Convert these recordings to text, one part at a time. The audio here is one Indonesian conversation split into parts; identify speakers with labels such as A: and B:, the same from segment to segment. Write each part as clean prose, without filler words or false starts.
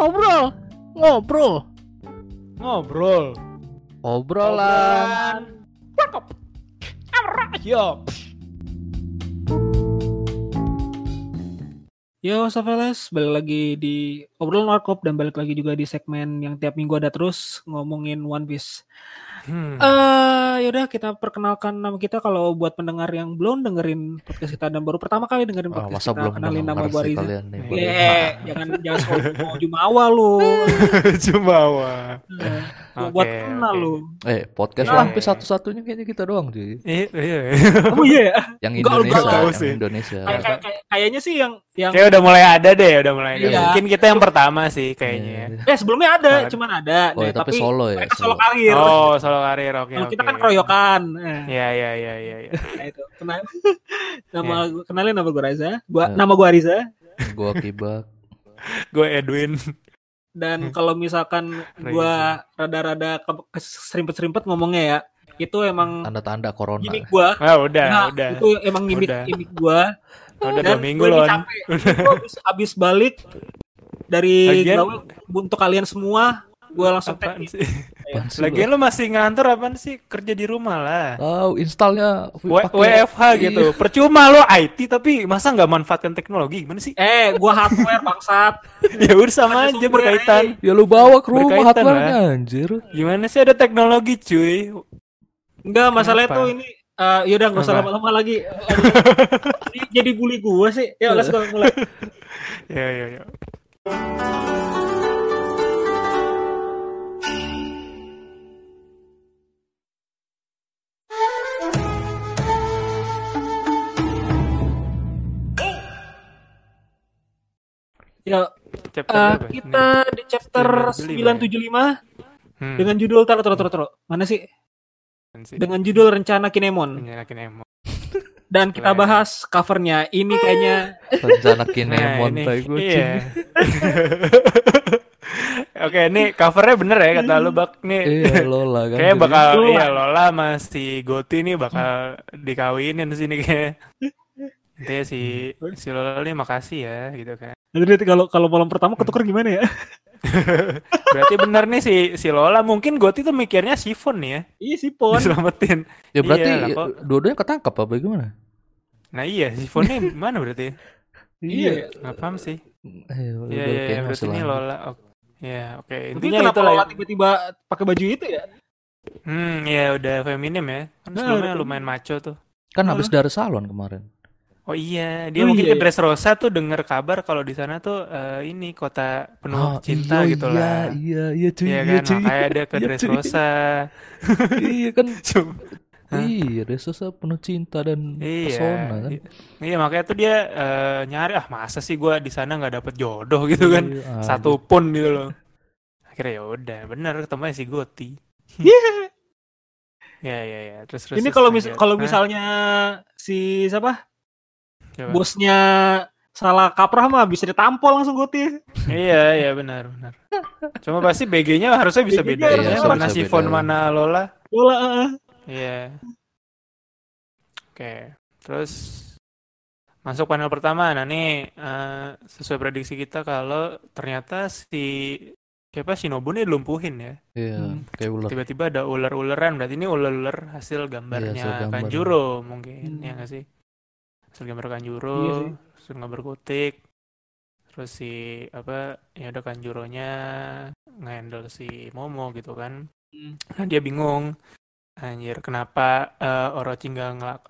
A: Ngobrol.
B: Obrolan.
A: Yo, Safeles, balik lagi di Obrolan Warkop dan balik lagi juga di segmen yang tiap minggu ada terus ngomongin One Piece. Yaudah kita perkenalkan nama kita kalau buat pendengar yang belum dengerin podcast kita dan baru pertama kali dengerin podcast
B: Masa
A: kita,
B: belum
A: kenalin nama
B: denger
A: gua
B: sih
A: Riza.
B: kalian nih.
A: Jangan mau Jumawa lu.
C: Jumawa.
A: Buat kenal lu.
B: Podcast
A: Nah.
B: One Piece satu-satunya kayaknya kita doang cuy.
C: Iya.
A: Oh iya ya.
B: Yang
A: Enggak,
B: Indonesia,
C: tahu
B: yang
C: sih.
B: Indonesia.
A: Kayaknya sih yang
C: Kayak udah mulai ada deh, udah mulai ada.
A: Iya.
C: Mungkin kita yang pertama sih kayaknya.
A: sebelumnya ada,
C: Ada.
A: cuman ada.
B: Oh, ya, tapi solo ya,
A: mereka
B: solo.
A: solo karir.
C: Oh, solo karir, oke.
A: Kalau kita kan keroyokan.
C: Iya.
A: Nah, itu. Kenalin nama gue Reza.
B: Ya.
A: Nama gue Riza.
B: Gua Kibak.
C: Gue Edwin.
A: Dan kalau misalkan gue rada-rada keserimpet-serimpet ngomongnya ya, itu emang
B: Tanda-tanda corona.
A: gimmick gue.
C: Udah.
A: Itu emang gimmick gue.
C: Udah 2
A: Dan
C: minggu
A: gue
C: loh.
A: capek. Gue abis balik dari
C: Lagian-
A: gawe untuk kalian semua, gue langsung
C: Apaan
A: tag.
C: sih?
B: Apaan sih
C: Lagian lu masih ngantor apaan sih? Kerja di rumah lah.
B: Installnya pakai-
C: WFH gitu. Percuma lo IT tapi masa nggak manfaatkan teknologi? Gimana sih?
A: Gue hardware bangsat.
C: Ya udah sama
A: Ada
C: aja
A: sumber,
C: berkaitan.
B: Ya lu bawa ke rumah
C: Berkaitan
B: hardware-nya anjir.
C: Gimana sih ada teknologi cuy?
A: Enggak, masalahnya
C: Kenapa?
A: tuh ini yaudah gak usah
C: Apa?
A: lama-lama lagi. Jadi bully gue sih. Ya let's go mulai.
C: Ya.
A: Ya,
C: Chapter berapa?
A: kita di chapter 975
C: Hmm.
A: dengan judul taruh. Mana sih? Dengan judul Rencana Kinemon.
C: Menyalakin emo.
A: Dan kita bahas covernya. Ini kayaknya
B: Rencana Kinemon
C: ini.
B: tai gue.
C: Iya. Oke, ini covernya bener ya kata lu Bak nih.
B: Iya, Lola kan.
C: Kayak
B: Jadi-
C: bakal
A: Lola.
C: iya Lola masih Goti nih bakal dikawinin sini kayak. Intinya si Lola nih makasih ya gitu kan.
A: nanti kalau malam pertama ketuker gimana ya?
C: Berarti bener nih si Lola mungkin Goti tuh mikirnya Sifon nih ya.
A: Iya sih Pon.
C: Diselamatin.
B: Ya berarti
C: Iya lah, kok.
B: dua-duanya ketangkap apa gimana?
C: Nah iya Sifon nih mana berarti?
A: Iya.
C: Nggak paham sih.
B: Iya,
C: Iya berarti ini Lola. Iya oke.
A: Tapi
C: Intinya
A: kenapa
C: itu lah.
A: Lola tiba-tiba pakai baju itu ya?
C: Iya udah feminim ya. Kan sebelumnya lumayan macho tuh.
B: Kan habis dari salon kemarin.
C: Oh iya, dia
A: Oh
C: mungkin
A: iya,
C: ke Dressrosa tuh dengar kabar kalau di sana tuh ini kota penuh cinta
B: iya,
C: gitu lah.
B: Iya cuy.
C: Iya kan, makanya dia ke
B: Iya, cuy.
C: Dressrosa.
B: Iya kan.
C: Hah?
B: Iya, Dressrosa penuh cinta dan pesona kan.
C: Iya makanya tuh dia nyari masa sih gue di sana nggak dapet jodoh gitu kan,
B: Iya,
C: satu pun gitu loh. Akhirnya ya udah, bener ketemunya si Goti. Ya terus.
A: Ini kalau
C: lanjut.
A: kalau
C: Hah?
A: misalnya si siapa?
C: Coba.
A: Bosnya salah kaprah mah bisa ditampol langsung Goti.
C: Iya benar. Cuma pasti BG-nya harusnya bisa
A: BG-nya
C: beda
B: harusnya
C: ya, mana
B: bisa
C: Sifon
B: beda.
C: mana Lola.
A: Lola.
C: Iya. Oke, terus masuk panel pertama. Nah nih sesuai prediksi kita kalau ternyata siapa Shinobu nih lumpuhin ya.
B: Iya, kayak ular.
C: Tiba-tiba ada ular-ularan. Berarti ini ular-ular hasil gambarnya
B: Iya, hasil gambar.
C: Kanjuro mungkin ya nggak sih? Hasil gambar Kanjuro,
A: Iya sih.
C: hasil gambar Gotik. Terus ya ada Kanjuronya nge-handle si Momo gitu kan. Nah dia bingung. Anjir, kenapa Orochi nggak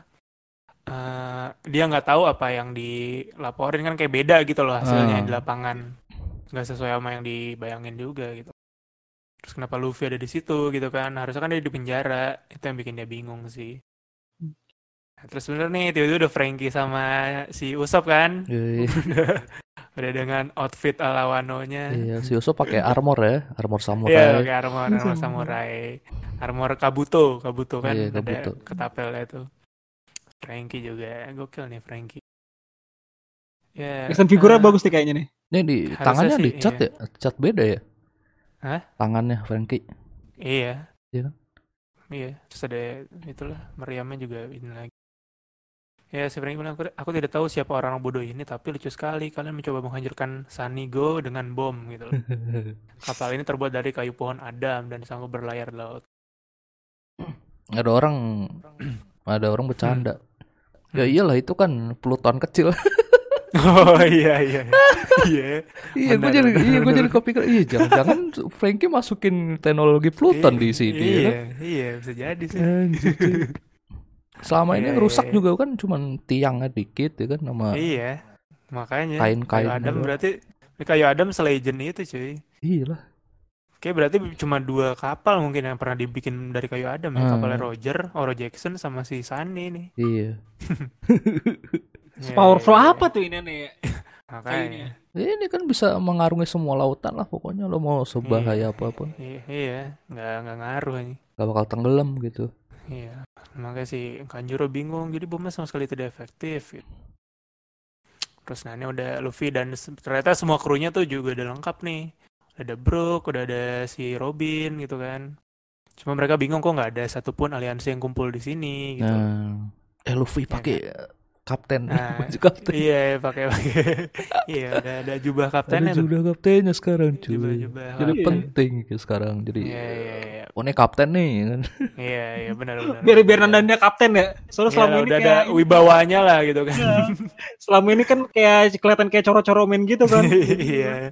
C: dia nggak tahu apa yang dilaporin kan kayak beda gitu loh hasilnya di lapangan, nggak sesuai sama yang dibayangin juga gitu. Terus kenapa Luffy ada di situ gitu kan? Harusnya kan dia di penjara, itu yang bikin dia bingung sih. Nah, terus bener nih tiba-tiba udah Frankie sama si Usopp kan,
B: Iya,
C: udah dengan outfit ala Wano-nya.
B: iya, si Usopp pakai armor ya, armor
C: Iya,
B: samurai.
C: pakai armor samurai, armor Kabuto kan,
B: Iya,
C: ada
B: Kabuto.
C: ketapelnya tuh. Frankie juga gokil nih Frankie. Ya.
A: Action figurnya bagus nih kayaknya nih.
B: Ini di
C: Harusnya
B: tangannya
C: sih,
B: dicat
C: iya.
B: ya, cat beda ya.
C: Hah?
B: Tangannya Frankie.
C: Iya.
B: Iya kan?
C: Iya, terus ada itulah meriamnya juga ini lagi. Ya, si Franky bilang, aku tidak tahu siapa orang bodoh ini, tapi lucu sekali. Kalian mencoba menghancurkan Sanigo dengan bom gitu loh. Kapal ini terbuat dari kayu pohon Adam dan sanggup berlayar di laut.
B: Ada orang bercanda. Ya iyalah itu kan Pluton kecil.
C: Oh iya iya. Iya.
B: Iya, gue jadi kepikiran, jangan-jangan Frankie masukin teknologi Pluton di sini ya kan?
C: Iya, bisa jadi sih.
B: Selama ini yang
C: Iya,
B: rusak
C: iya.
B: juga kan cuman tiangnya dikit ya kan, nama
C: Iya, makanya
B: kain-kain
C: kayu Adam
B: doang.
C: berarti kayu Adam selegend itu cuy.
B: Iya lah.
C: Kayak berarti cuma 2 kapal mungkin yang pernah dibikin dari kayu Adam ya. Kapalnya Roger, Oro Jackson sama si Sunny nih.
B: Iya.
C: Iya,
A: Powerful
C: iya,
A: apa tuh ini nih?
C: makanya.
B: Ini kan bisa mengarungi semua lautan lah pokoknya, lo mau sebahaya apapun.
C: Iya, nggak ngaruh nih.
B: Gak bakal tenggelam gitu.
C: Iya, makanya si Kanjuro bingung. Jadi bomnya sama sekali tidak efektif. Gitu. Terus nah ini udah Luffy dan ternyata semua krunya tuh juga udah lengkap nih. Udah ada Brook, udah ada si Robin gitu kan. Cuma mereka bingung kok nggak ada satupun aliansi yang kumpul di sini gitu.
B: Luffy pakai kapten, baju kapten.
C: Iya, pakai iya, ada jubah kaptennya
B: tuh. Ada kaptennya sekarang cuy.
C: Jubah.
B: Jadi penting sekarang. Jadi
C: Iya.
B: Oh, ini kapten nih kan.
C: Iya, benar.
A: Biar nandannya kapten ya. Soalnya selama ini
C: udah
A: kayak
C: ada wibawanya lah gitu kan.
A: Iya. Selama ini kan kayak kelihatan kayak coro-coromen gitu kan.
C: Iya.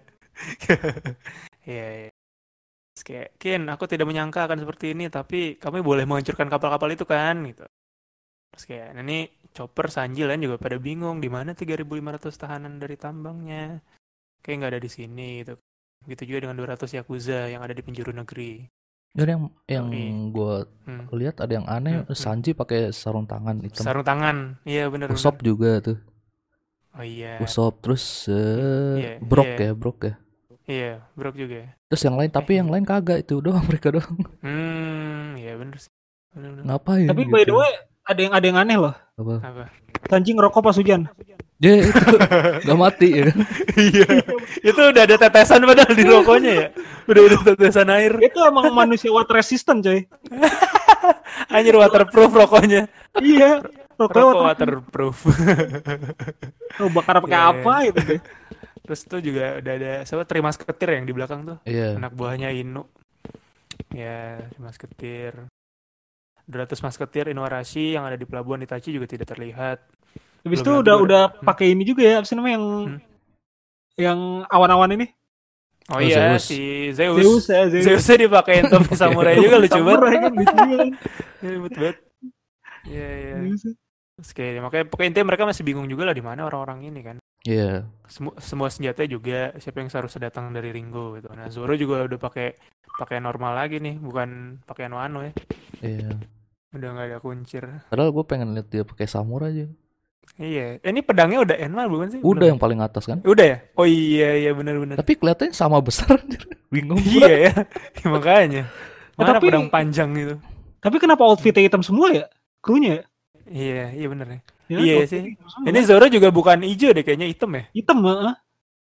C: Iya. Terus kayak, Kin, aku tidak menyangka akan seperti ini, tapi kami boleh menghancurkan kapal-kapal itu kan gitu. Terus kayak ini Chopper, Sanji lain juga pada bingung di mana 3.500 tahanan dari tambangnya. Kayak nggak ada di sini gitu. Gitu juga dengan 200 Yakuza yang ada di penjuru negeri.
B: Dan yang gue lihat ada yang aneh, Sanji pakai sarung tangan hitam.
C: Sarung tangan, iya benar.
B: Usopp juga tuh.
C: Oh iya.
B: Usopp terus Brook ya.
C: Iya, Brook juga.
B: Terus yang lain, tapi yang lain kagak, itu doang mereka doang.
C: Iya benar sih. Bener.
B: Ngapain?
A: Tapi by the way, ada yang aneh loh.
C: Apa?
A: Sanji ngerokok pas hujan.
B: Dia itu gak mati ya kan?
C: Iya. Itu udah ada tetesan padahal di rokoknya ya. Udah tetesan air.
A: Itu emang manusia water resistant coy.
C: Anjir, waterproof rokoknya.
A: Iya.
C: Rokok waterproof.
A: Bakar pakai apa gitu deh.
C: Terus tuh juga udah ada siapa, Trimasketir yang di belakang tuh.
B: Iya.
C: Anak buahnya Inu. Ya, Trimasketir. 200 masketir Inuarashi yang ada di pelabuhan Itachi juga tidak terlihat.
A: Habis itu udah pakai ini juga ya, apa sih namanya yang awan-awan ini?
C: Oh iya,
A: Zeus.
C: Si Zeus. Zeusnya dipakein topi samurai juga, lucu banget.
A: Kan lucu banget.
C: Betul. Iya. Terus kayak makanya pokoknya intinya mereka masih bingung juga lah di mana orang-orang ini kan.
B: Iya.
C: Semua senjata juga siapa yang seharusnya datang dari Ringo gitu. Nah, Zoro juga udah pakai normal lagi nih, bukan pakai Wano ya.
B: Iya.
C: Udah nggak ada kuncir.
B: Padahal gue pengen lihat dia pakai samurai aja.
C: Iya. Ini pedangnya udah Enma bukan sih?
B: Udah yang paling atas kan?
C: Udah ya? Oh iya benar.
B: Tapi kelihatannya sama besar. Bingung.
C: Iya ya. Makanya. Mana
A: tapi,
C: pedang panjang gitu.
A: Tapi kenapa outfitnya hitam semua ya? Krunya
C: ya? Iya benar ya.
A: Ya,
C: iya sih. Ini Zoro juga bukan hijau deh, kayaknya hitam ya?
A: Hitam,
C: Wah,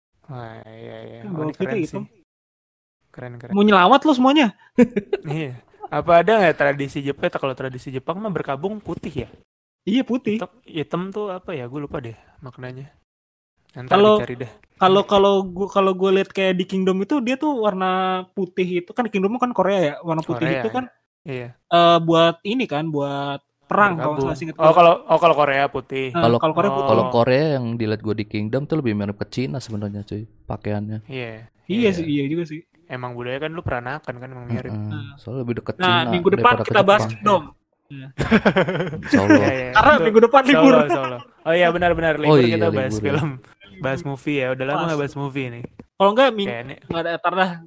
C: iya. Oh, keren sih. Keren.
A: Mau nyelawat lo semuanya.
C: Iya. Apa ada nggak tradisi Jepang? Kalau tradisi Jepang mah berkabung putih ya?
A: Iya putih.
C: Hitam tuh apa ya? Gue lupa deh maknanya.
A: Kalau
C: dicari deh.
A: Kalau gue lihat kayak di Kingdom itu dia tuh warna putih itu kan Kingdom kan Korea ya, warna putih Korea, itu kan
C: iya.
A: Buat ini kan, buat perang kalau salah ingat.
C: Kalau Korea putih.
B: Kalau Korea putih. Kalau Korea yang dilihat gue di Kingdom tuh lebih mirip ke Cina sebenarnya cuy, pakaiannya.
A: Iya sih, iya juga sih.
C: Emang budaya kan lu peranakan kan emang mirip.
B: Soalnya lebih dekat Cina.
A: Nah, minggu depan kita bahas Kingdom.
B: Solo.
A: Karena minggu depan libur.
C: Solo. Oh iya benar-benar libur, kita bahas film. Bahas movie ya. Udah lama nggak bahas movie nih.
A: Kalau enggak nggak ada tar dah.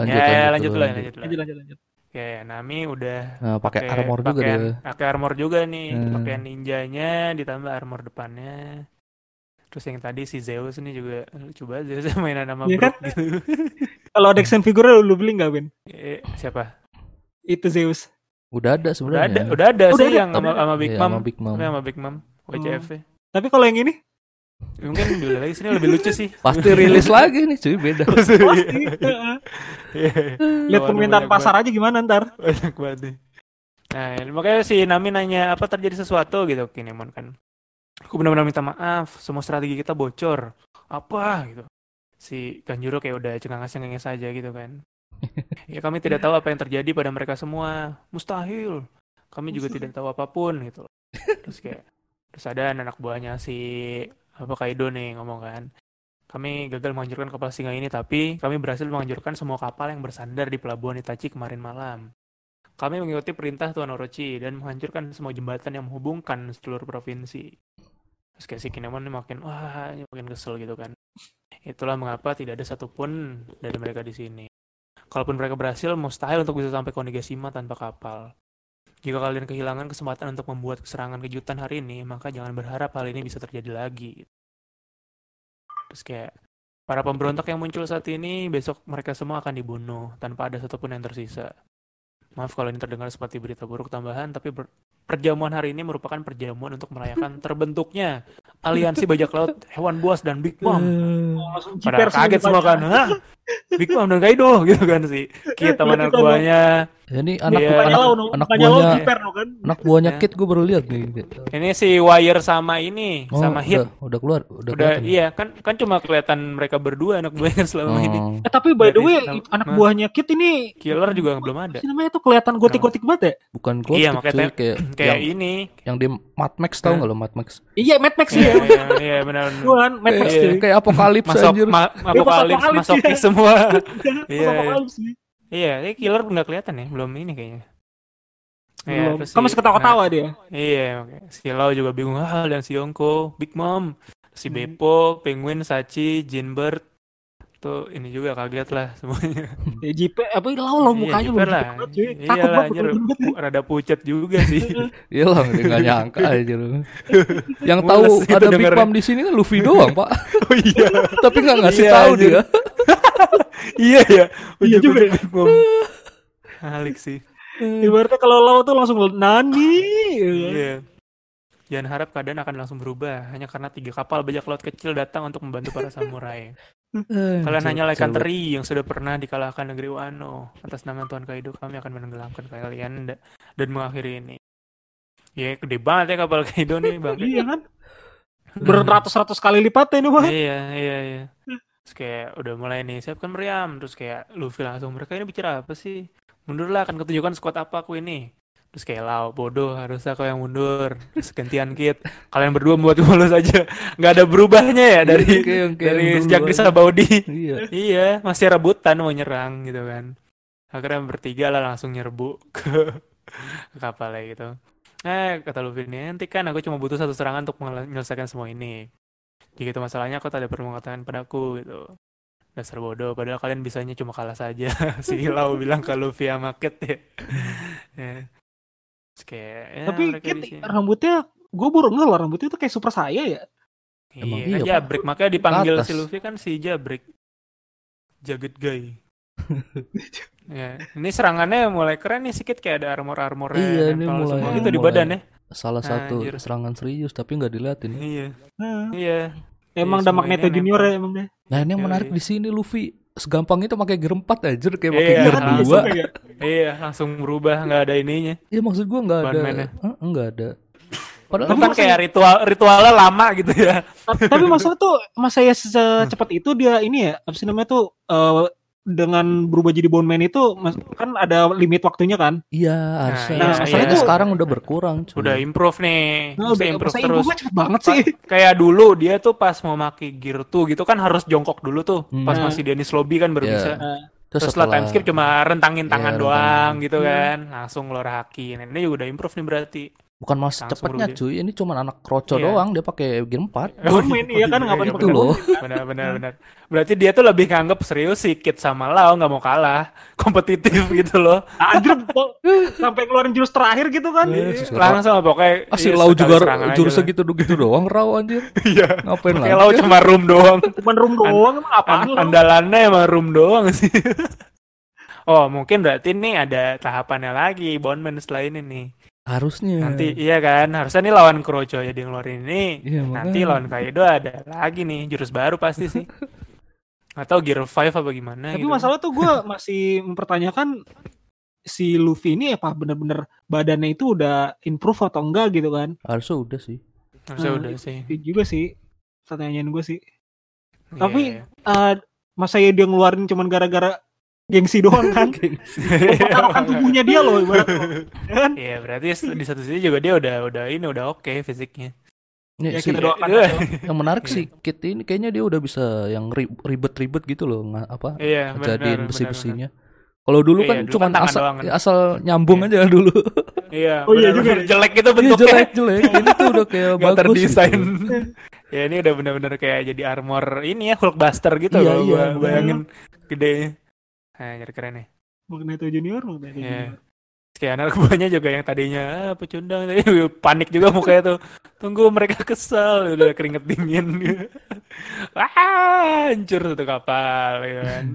A: Lanjut.
C: Ya, Nami udah
B: pakai armor juga dia.
C: Pakai armor juga nih, pakaian ninjanya ditambah armor depannya. Terus yang tadi si Zeus nih juga coba Zeus mainan sama Brook kan? Gitu.
A: Kalau ada action figure lu beli nggak Ben?
C: Siapa?
A: Itu Zeus.
B: Udah ada sebenarnya.
C: Udah ada sih yang sama Big Mom.
B: Sama
C: Big Mom. WCF.
A: Tapi kalau yang ini?
C: Mungkin dulu lagi sini lebih lucu sih.
B: Pasti rilis lagi nih cuy, beda.
A: Pasti. Lihat permintaan pasar aja gimana ntar.
C: Banyak banget nih. Nah, makanya si Nami nanya apa terjadi sesuatu gitu Kinemon kan. Aku benar-benar minta maaf, semua strategi kita bocor. Apa gitu. Si Kanjuro kayak udah cengenges-cengenges saja gitu kan. Ya kami tidak tahu apa yang terjadi pada mereka semua. Mustahil. Kami juga tidak tahu apapun gitu. Terus ada anak buahnya si Kaido nih ngomong kan. Kami gagal menghancurkan kapal singa ini, tapi kami berhasil menghancurkan semua kapal yang bersandar di pelabuhan Itachi kemarin malam. Kami mengikuti perintah Tuan Orochi dan menghancurkan semua jembatan yang menghubungkan seluruh provinsi. Terus kayak si Kinemon ini makin kesel gitu kan. Itulah mengapa tidak ada satupun dari mereka di sini. Kalaupun mereka berhasil, mustahil untuk bisa sampai ke Onigashima tanpa kapal. Jika kalian kehilangan kesempatan untuk membuat serangan kejutan hari ini, maka jangan berharap hal ini bisa terjadi lagi. Terus kayak para pemberontak yang muncul saat ini, besok mereka semua akan dibunuh tanpa ada satupun yang tersisa. Maaf kalau ini terdengar seperti berita buruk tambahan, tapi perjamuan hari ini merupakan perjamuan untuk merayakan terbentuknya aliansi bajak laut hewan buas dan Big Mom. Pada kaget semua kan, hah? Big Mom dan Kaido gitu kan sih. Kita mana buahnya.
B: Ini anak buahnya Kid gue baru lihat nih.
C: Ini si Wire sama ini sama Hit.
B: Udah keluar,
C: udah iya kan cuma kelihatan mereka berdua anak buahnya selama ini.
A: Tapi by the way anak buahnya Kid ini
C: Killer juga belum ada.
A: Namanya tuh kelihatan gotik-gotik banget ya?
B: Bukan gotik.
C: Iya, makanya kayak ini.
B: Yang di Mad Max tahu enggak lo Mad Max?
A: Iya, Mad Max ya.
C: Iya, benar.
A: Bukan Mad Max
B: kayak apokalips anjir.
C: Apokalips masokis semua.
A: Iya.
C: Iya, ini Killer nggak kelihatan ya, belum ini kayaknya.
A: Iya, kamu masih ketawa-ketawa dia.
C: Iya, si Lau juga bingung dan si Yonko, Big Mom, si Beppo, Penguin, Sachi, Jinbert, tuh ini juga kaget lah semuanya.
A: JP apa Lau mukanya
C: lah. Iya lah, anjir, rada pucat juga sih.
B: Iya lah, nggak nyangka aja lu. Yang tahu ada Big Mom di sini kan Luffy doang, Pak.
C: Oh iya.
B: Tapi nggak ngasih tahu dia.
C: Iya ya.
A: Iya juga.
C: Halik sih.
A: Ibaratnya kalau Lau tuh langsung nani.
C: Iya. Jangan harap keadaan akan langsung berubah hanya karena 3 kapal bajak laut kecil datang untuk membantu para samurai. Kalian hanya laikan teri yang sudah pernah dikalahkan negeri Wano. Atas nama Tuan Kaido kami akan menenggelamkan kalian dan mengakhiri ini. Ya gede banget ya kapal Kaido nih bang.
A: Iya kan? Beratus-ratus kali lipatnya ini bang.
C: Iya. Terus kayak udah mulai nih siapkan meriam. Terus kayak Luffy langsung, mereka ini bicara apa sih? Mundurlah, akan ketunjukkan squad apa aku ini. Terus kayak Lau, bodoh, harusnya kau yang mundur. Terus gantian Kid, kalian berdua membuat bolos aja. Gak ada berubahnya ya dari sejak di Sabaudi. Iya, masih rebutan mau nyerang gitu kan. Akhirnya bertiga lah langsung nyerbu ke kapalnya gitu. Kata Luffy ini, nanti kan aku cuma butuh 1 serangan untuk menyelesaikan semua ini. Jika itu masalahnya, kau tak ada perlu mengatakan padaku gitu. Dasar bodoh, padahal kalian bisanya cuma kalah saja. Si Lau bilang ke Luffy sama Kid ya.
A: Tapi Kid rambutnya, gue baru ngeh loh rambutnya tuh kayak Super Saya ya.
C: Iya, kan Jabrik, makanya dipanggil si Luffy kan si Jabrik. Jagged Guy. Ya, ini serangannya mulai keren nih sedikit kayak ada armor-armornya.
B: Iya, ini mulai
C: gitu di badan ya.
B: Salah satu serangan serius tapi nggak diliatin.
C: Iya.
A: Emang ada Magneto Junior ya emang deh.
B: Nah ini yang menarik di sini Luffy segampang itu pakai gear 4 aja kayak pakai gear 2.
C: Iya, langsung berubah, nggak ada ininya.
B: Iya maksud gue nggak ada. Nggak ada.
C: Padahal kan kayak ritualnya lama gitu ya.
A: Tapi maksudnya tuh masa ya secepat itu dia ini ya apa sih namanya tuh dengan berubah jadi Bone Man itu kan ada limit waktunya kan?
B: Iya, harusnya. Sekarang udah berkurang.
C: Udah improve nih. Improve terus.
A: Cepet banget sih.
C: Kayak dulu dia tuh pas mau pakai Gear 2 gitu kan harus jongkok dulu tuh. Pas masih Dennis Lobby kan baru bisa. Terus setelah time skip cuma rentangin tangan doang gitu kan. Langsung ngeluar haki. Nah, ini juga udah improve nih berarti.
B: Bukan mas cepatnya cuy, ini cuma anak kroco doang, dia pakai gear 4.
A: Iya kan ngapain
B: itu loh.
C: Benar. Berarti dia tuh lebih nganggep serius si Kid sama Lau nggak mau kalah, kompetitif gitu loh.
A: Anjir, sampai keluarin jurus terakhir gitu kan.
C: Langsung pokoknya.
B: Si Lau juga jurus segitu doang raw anjir.
C: Iya.
B: Ngapain
C: lagi? Lau cuma room doang.
A: Emang apa?
C: Andalannya emang room doang sih. Oh mungkin berarti nih ada tahapannya lagi Bone Man setelah ini nih.
B: Harusnya.
C: Nanti iya kan, harusnya nih lawan Kurocho ya dia ngeluarin ini. Iya, nanti lawan Kaido ada lagi nih jurus baru pasti sih. Atau Gear 5 apa gimana.
A: Tapi gitu. Masalah tuh gue masih mempertanyakan si Luffy ini apa bener-bener badannya itu udah improve atau enggak gitu kan?
B: Harusnya udah sih.
C: Harusnya udah sih.
A: Juga sih pertanyaan gue sih.
C: Iya,
A: Tapi
C: iya.
A: masa ya dia ngeluarin cuman gara-gara gengsi doang kan? Mempertaruhkan tubuhnya dia loh ibaratnya. Kan?
C: Iya, berarti di satu sisi juga dia udah oke fisiknya.
B: Ya,
A: Ya
B: sih,
A: kita doakan
C: Iya.
A: aja.
B: yang menarik sih Kit ini kayaknya dia udah bisa yang ribet-ribet gitu loh,
C: Iya,
B: jadiin
C: benar.
B: besi-besinya. Kalau dulu
C: Iya,
B: kan
C: dulu
B: cuman
C: kan tangan doang kan.
B: asal nyambung
C: Iya.
B: aja dulu.
C: Iya,
A: Oh iya
C: benar-benar
A: juga.
C: jelek gitu
B: Iya
C: bentuknya.
B: jelek. Ini tuh udah kayak
C: Nggak
B: bagus
C: terdesain.
B: gitu.
C: Ya ini udah benar-benar kayak jadi armor ini ya Hulkbuster gitu
B: Iya,
C: kalau
B: iya,
C: gua
B: benar.
C: bayangin gedenya. Nah, jadi keren nih.
A: Magneto Junior.
C: Iya. Kayak anak buahnya juga yang tadinya pecundang tadi panik juga mukanya tuh. Tunggu mereka kesal udah keringet dingin. Wah, hancur satu kapal ya kan.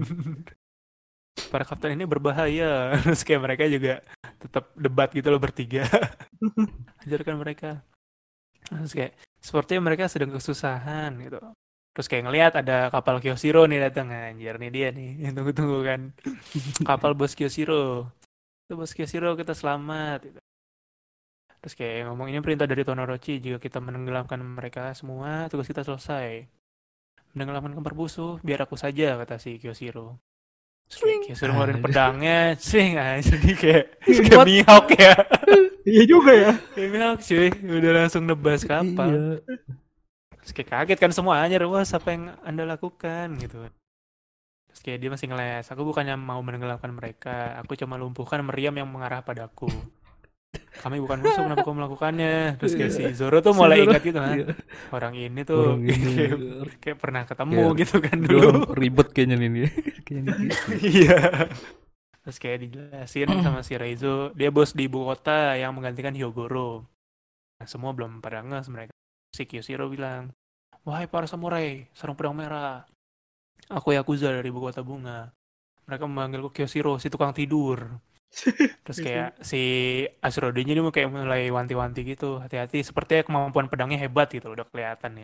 C: Para kapten ini berbahaya. Terus kayak mereka juga tetap debat gitu loh bertiga. Hancurkan mereka. Terus kayak sepertinya mereka sedang kesusahan gitu. Terus kayak ngelihat ada kapal Kyoshiro nih datang, anjir nih dia nih. Tunggu kan. Kapal bos Kyoshiro. Itu bos Kyoshiro kita selamat gitu. Terus kayak ngomong ini perintah dari Tonorochi, jika kita menenggelamkan mereka semua, tugas kita selesai. Menenggelamkan kembar busuk, biar aku saja, kata si Kyoshiro. Terus kayak Kyoshiro ngeluarin pedangnya, swing aja, jadi kayak Mihawk ya.
A: Iya juga ya.
C: Kayak Mihawk cuy, udah langsung nebas kapal.
B: Iya.
C: Terus kayak kaget kan semua, anjir, wah apa yang anda lakukan gitu. Terus kayak dia masih ngeles, aku bukannya mau menenggelamkan mereka, aku cuma lumpuhkan meriam yang mengarah padaku. Kami bukan musuh, kenapa kau melakukannya? Terus kayak si Zoro tuh mulai ingat gitu kan,
B: Iya.
C: orang ini tuh
B: Orang ini.
C: kayak pernah ketemu
B: Kayak
C: gitu kan
B: Dia
C: dulu.
B: orang ribet kayaknya nih. Kayaknya gitu.
C: Iya. Terus kayak dijelasin sama si Reizo, dia bos di ibu kota yang menggantikan Hyogoro. Nah, semua belum pada nges mereka. Si Kyoshiro bilang, wahai para samurai, sarung pedang merah, aku Yakuza dari ibu kota bunga. Mereka memanggilku Kyoshiro, si tukang tidur. Terus kayak si Ashura-nya ini kayak mulai wanti-wanti gitu, hati-hati, sepertinya kemampuan pedangnya hebat gitu, udah kelihatan ya.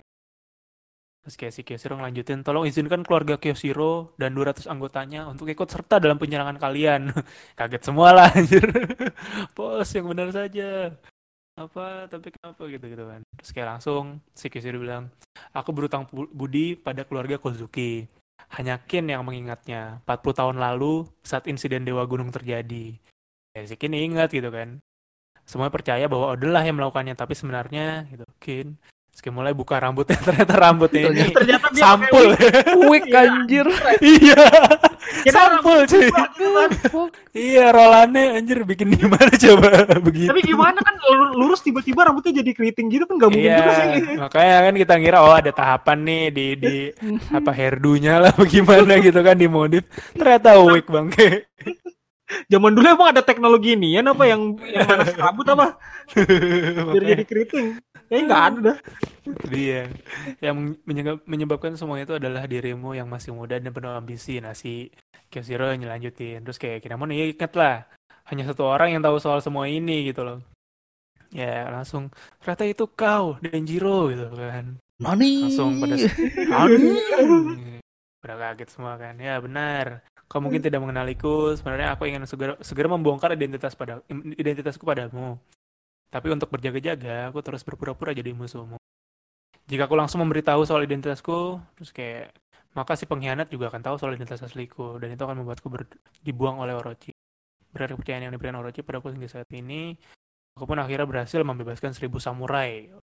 C: Terus kayak si Kyoshiro ngelanjutin, tolong izinkan keluarga Kyoshiro dan 200 anggotanya untuk ikut serta dalam penyerangan kalian. Kaget semua lah anjir. Bos, yang benar saja. Apa, tapi kenapa gitu kan. Terus kayak langsung si Kyoshiro bilang, aku berutang budi pada keluarga Kozuki. Hanya Kin yang mengingatnya 40 tahun lalu saat insiden Dewa Gunung terjadi. Ya si Kin ingat gitu kan. Semua percaya bahwa Oda lah yang melakukannya, tapi sebenarnya gitu Kin. Terus mulai buka rambutnya, ternyata rambutnya ini
A: Ternyata dia
C: sampul.
B: Wik anjir.
C: Iya.
A: Kira
C: Sampul cuy. Iya, rolannya anjir bikin gimana coba begitu.
A: Tapi gimana kan lurus tiba-tiba rambutnya jadi keriting gitu kan gak mungkin
C: Iya,
A: juga sih.
C: makanya kan kita ngira oh ada tahapan nih di apa hairdo-nya lah bagaimana gitu kan dimodif. Ternyata wig bangke.
A: Zaman dulu emang ada teknologi ini ya apa yang manas rambut apa biar jadi keriting. Kayaknya nggak ada dah.
C: Dia yang menyebabkan semua itu adalah dirimu yang masih muda dan penuh ambisi. Nah si Kyoshiro nyelanjutin. Terus kayak Kinemon ya ingat lah. Hanya satu orang yang tahu soal semua ini gitu loh. Ya langsung ternyata itu kau Denjiro gitu kan.
B: Nani.
C: Langsung pada Nani. Udah kaget semua kan. Ya benar. Kau mungkin tidak mengenaliku. Sebenarnya aku ingin segera membongkar identitasku padamu. Tapi untuk berjaga-jaga, aku terus berpura-pura jadi musuhmu. Jika aku langsung memberitahu soal identitasku, terus kayak maka si pengkhianat juga akan tahu soal identitas asliku, dan itu akan membuatku dibuang oleh Orochi. Berarti kepercayaan yang diberikan Orochi padaku hingga saat ini, aku pun akhirnya berhasil membebaskan 1000 samurai.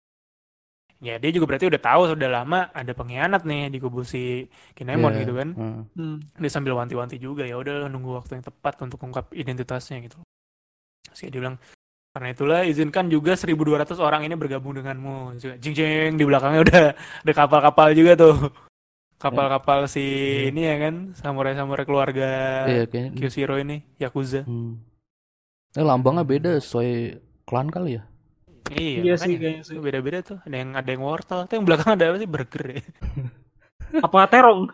C: Ya dia juga berarti udah tahu sudah lama ada pengkhianat nih di kubu si Kinemon gitu kan. Dia sambil wanti-wanti juga, ya udah nunggu waktu yang tepat untuk mengungkap identitasnya gitu. Terus dia bilang, karena itulah izinkan juga 1.200 orang ini bergabung denganmu. Jing-jing di belakangnya udah ada kapal-kapal juga tuh. Kapal-kapal si ini ya kan, samurai-samurai keluarga Kyoshiro ini, Yakuza.
B: Lambangnya beda sesuai klan kali ya?
C: Iya sih kayaknya sih. Beda-beda tuh. Ada yang wortel, tuh yang belakang ada apa sih, burger ya.
A: Apa terong?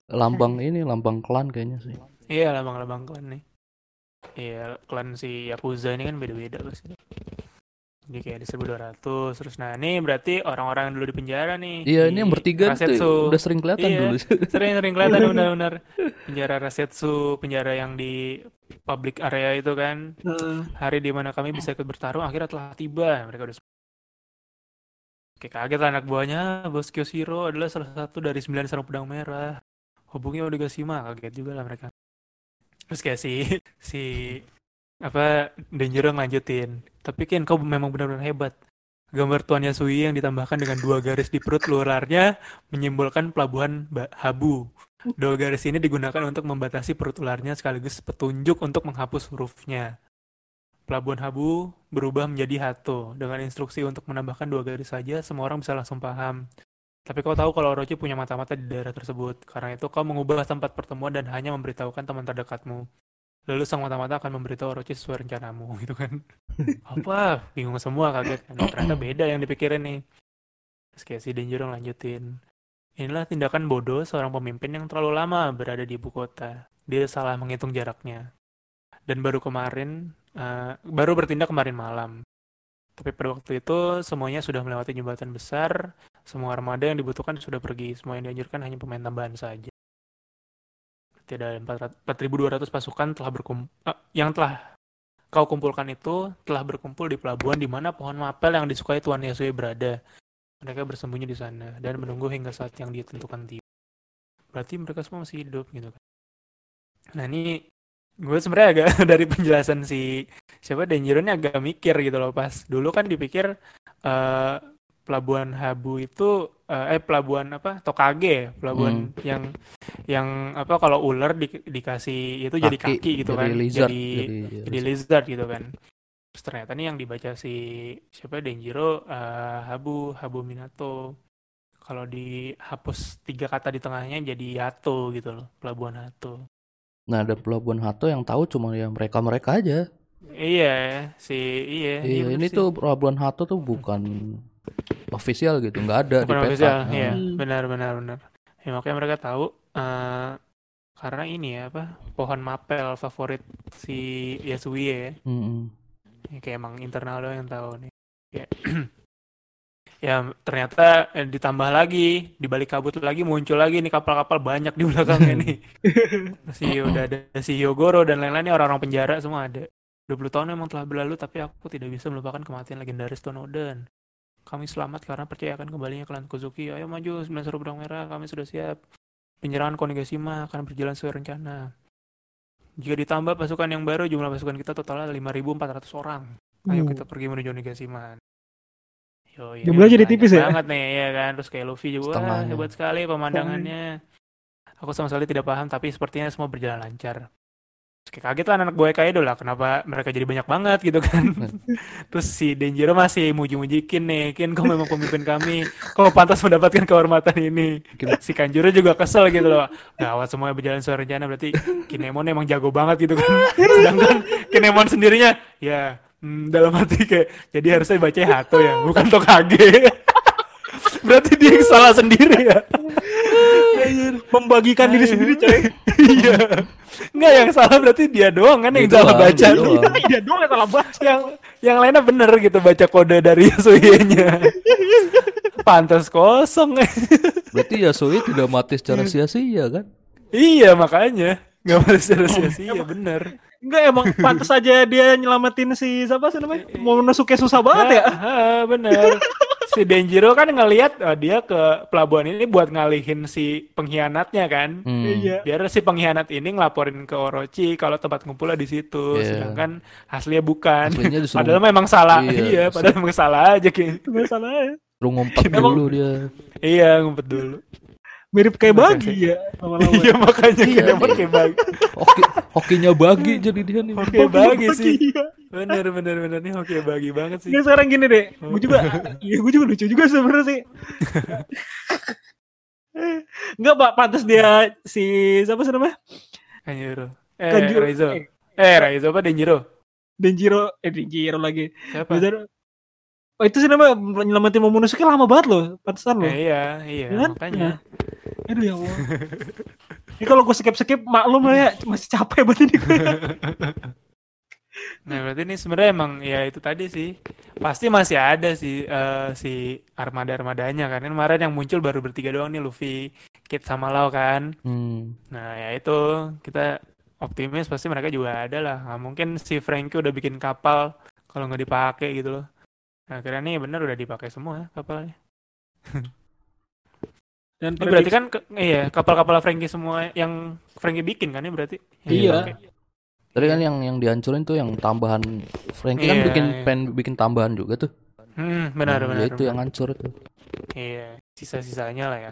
B: Lambang klan kayaknya sih.
C: Iya, lambang klan nih. Iya, klan si Yakuza ini kan beda-beda pasti. Jadi kayak ada 1.200. Terus nah ini berarti orang-orang yang dulu di penjara nih.
B: Iya, ini yang bertiga tuh udah sering kelihatan dulu.
C: Sering kelihatan benar-benar. Penjara Rasetsu, penjara yang di public area itu kan. Hari di mana kami bisa ikut bertarung akhirnya telah tiba. Mereka udah Kayak kaget lah anak buahnya, Bos Kyoshiro adalah salah satu dari 9 sarung pedang merah. Hubungi Onigashima, kaget juga lah mereka. Terus kayak si apa Denjiro lanjutin. Tapi Ken, kau memang benar-benar hebat. Gambar Tuan Yasui yang ditambahkan dengan 2 garis di perut luarnya menyimbolkan pelabuhan Habu. 2 garis ini digunakan untuk membatasi perut ularnya sekaligus petunjuk untuk menghapus hurufnya. Pelabuhan Habu berubah menjadi Hato. Dengan instruksi untuk menambahkan 2 garis saja, semua orang bisa langsung paham. Tapi kau tahu kalau Orochi punya mata-mata di daerah tersebut. Karena itu kau mengubah tempat pertemuan dan hanya memberitahukan teman terdekatmu. Lalu sang mata-mata akan memberitahu Orochi sesuai rencanamu, gitu kan. Apa? Bingung semua, kaget kan. Ternyata beda yang dipikirin nih. Terus kayak si Denjiro lanjutin. Inilah tindakan bodoh seorang pemimpin yang terlalu lama berada di ibu kota. Dia salah menghitung jaraknya. Dan baru bertindak kemarin malam. Tapi pada waktu itu semuanya sudah melewati jembatan besar. Semua armada yang dibutuhkan sudah pergi. Semua yang dianjurkan hanya pemain tambahan saja. Tidak 4.200 pasukan yang telah kau kumpulkan itu telah berkumpul di pelabuhan di mana pohon mapel yang disukai Tuan Yasui berada. Mereka bersembunyi di sana dan menunggu hingga saat yang ditentukan tiba. Berarti mereka semua masih hidup gitu kan. Nah ini gue sebenarnya agak dari penjelasan siapa Denjiro ini agak mikir gitu loh pas dulu kan dipikir pelabuhan Habu itu pelabuhan apa Tokage, pelabuhan yang apa kalau ular dikasih itu jadi kaki gitu kan, jadi lizard gitu kan. Terus ternyata nih yang dibaca siapa Denjiro Habu Minato. Kalau dihapus 3 kata di tengahnya jadi Yato gitu loh, pelabuhan Hato.
B: Nah ada pelabuhan Hato yang tahu cuma ya mereka aja.
C: Iya
B: ini tuh pelabuhan Hato tuh bukan official gitu, nggak ada
C: bukan
B: di
C: official,
B: peta.
C: Iya, benar. Ya makanya mereka tahu karena ini ya apa pohon mapel favorit si Yasui ya. Ya, kayak emang internal doang yang tahu nih. Ya, ya ternyata ditambah lagi di balik kabut lagi muncul lagi nih kapal-kapal banyak di belakangnya nih. Udah ada si Hyogoro dan lain-lain nih orang-orang penjara semua ada. 20 tahun memang telah berlalu tapi aku tidak bisa melupakan kematian legendaris Tonodan. Kami selamat karena percaya akan kembalinya klan Kozuki. Ayo maju 9 sarung pedang merah, kami sudah siap. Penyerangan Konigashima akan berjalan sesuai rencana. Jika ditambah pasukan yang baru, jumlah pasukan kita totalnya 5.400 orang. Ayo kita pergi menuju Onigashima.
A: Jumlahnya jadi tipis ya?
C: Banget nih ya kan. Terus kayak Luffy juga hebat sekali pemandangannya. Aku sama sekali tidak paham tapi sepertinya semua berjalan lancar. Terus kayak kaget lah anak buah Kaido lah kenapa mereka jadi banyak banget gitu kan. Terus si Denjiro masih muji-mujikin nih, Kin kau memang pemimpin kami, kau pantas mendapatkan kehormatan ini. Si Kanjuro juga kesel gitu loh, gawat semuanya berjalan sesuai rencana berarti Kinemon emang jago banget gitu kan. Sedangkan Kinemon sendirinya ya dalam hati kayak jadi harusnya baca Hato ya bukan Tokage. Berarti dia yang salah sendiri ya.
A: Membagikan diri sendiri coy.
C: Iya. Enggak, yang salah berarti dia doang kan yang salah baca.
A: Dia doang yang salah baca.
C: Yang lainnya bener gitu baca kode dari Yasui-nya. Pantas kosong.
B: Berarti Yasui tidak mati secara sia-sia kan?
C: Iya makanya nggak mati secara sia-sia bener.
A: Enggak emang pantas aja dia nyelamatin si siapa sih namanya? Momonosuke susah banget ya.
C: Bener. Si Denjiro kan ngelihat dia ke pelabuhan ini buat ngalihin si pengkhianatnya kan. Biar si pengkhianat ini ngelaporin ke Orochi kalau tempat ngumpulnya di situ. Sedangkan aslinya bukan. Padahal memang salah. Iya, padahal memang salah aja kayak.
A: Salah ya.
B: Lu ngumpet dulu dia.
C: Iya, ngumpet dulu.
A: Mirip kayak Bagi ya.
C: Iya makanya kayak Bagi.
B: Hokinya Bagi jadi dia nih.
C: Hoki Bagi sih. Bener nih hoki Bagi banget sih.
A: Nggak sekarang gini deh. Gue juga lucu juga sebenarnya sih. Enggak Pak, pantas dia si siapa sih namanya?
C: Kanjuro. Raizo. Raizo apa Denjiro?
A: Denjiro lagi.
C: Siapa?
A: Oh itu sih namanya nyelamatin Momonosuke lama banget loh, pantesan loh.
C: Iya kan? Makanya.
A: Aduh ya Allah. Ini kalau gue skip maklum lah ya, masih capek banget ini gue.
C: Nah berarti ini sebenarnya emang ya itu tadi sih pasti masih ada sih si armada-armadanya kan. Kemarin yang muncul baru bertiga doang nih Luffy, Kid sama Lau kan. Nah ya itu kita optimis pasti mereka juga ada lah. Nggak mungkin si Franky udah bikin kapal kalau nggak dipakai gitu loh. Nah akhirnya nih bener udah dipakai semua kapalnya.
A: Dan
C: Ini berarti kan kapal-kapal Frankie semua yang Frankie bikin kan ini berarti.
A: Iya.
B: Tadi kan yang dihancurin tuh yang tambahan. Frankie kan bikin tambahan juga tuh.
C: Benar.
B: Ya itu yang hancur tuh.
C: Iya, sisa-sisanya lah ya.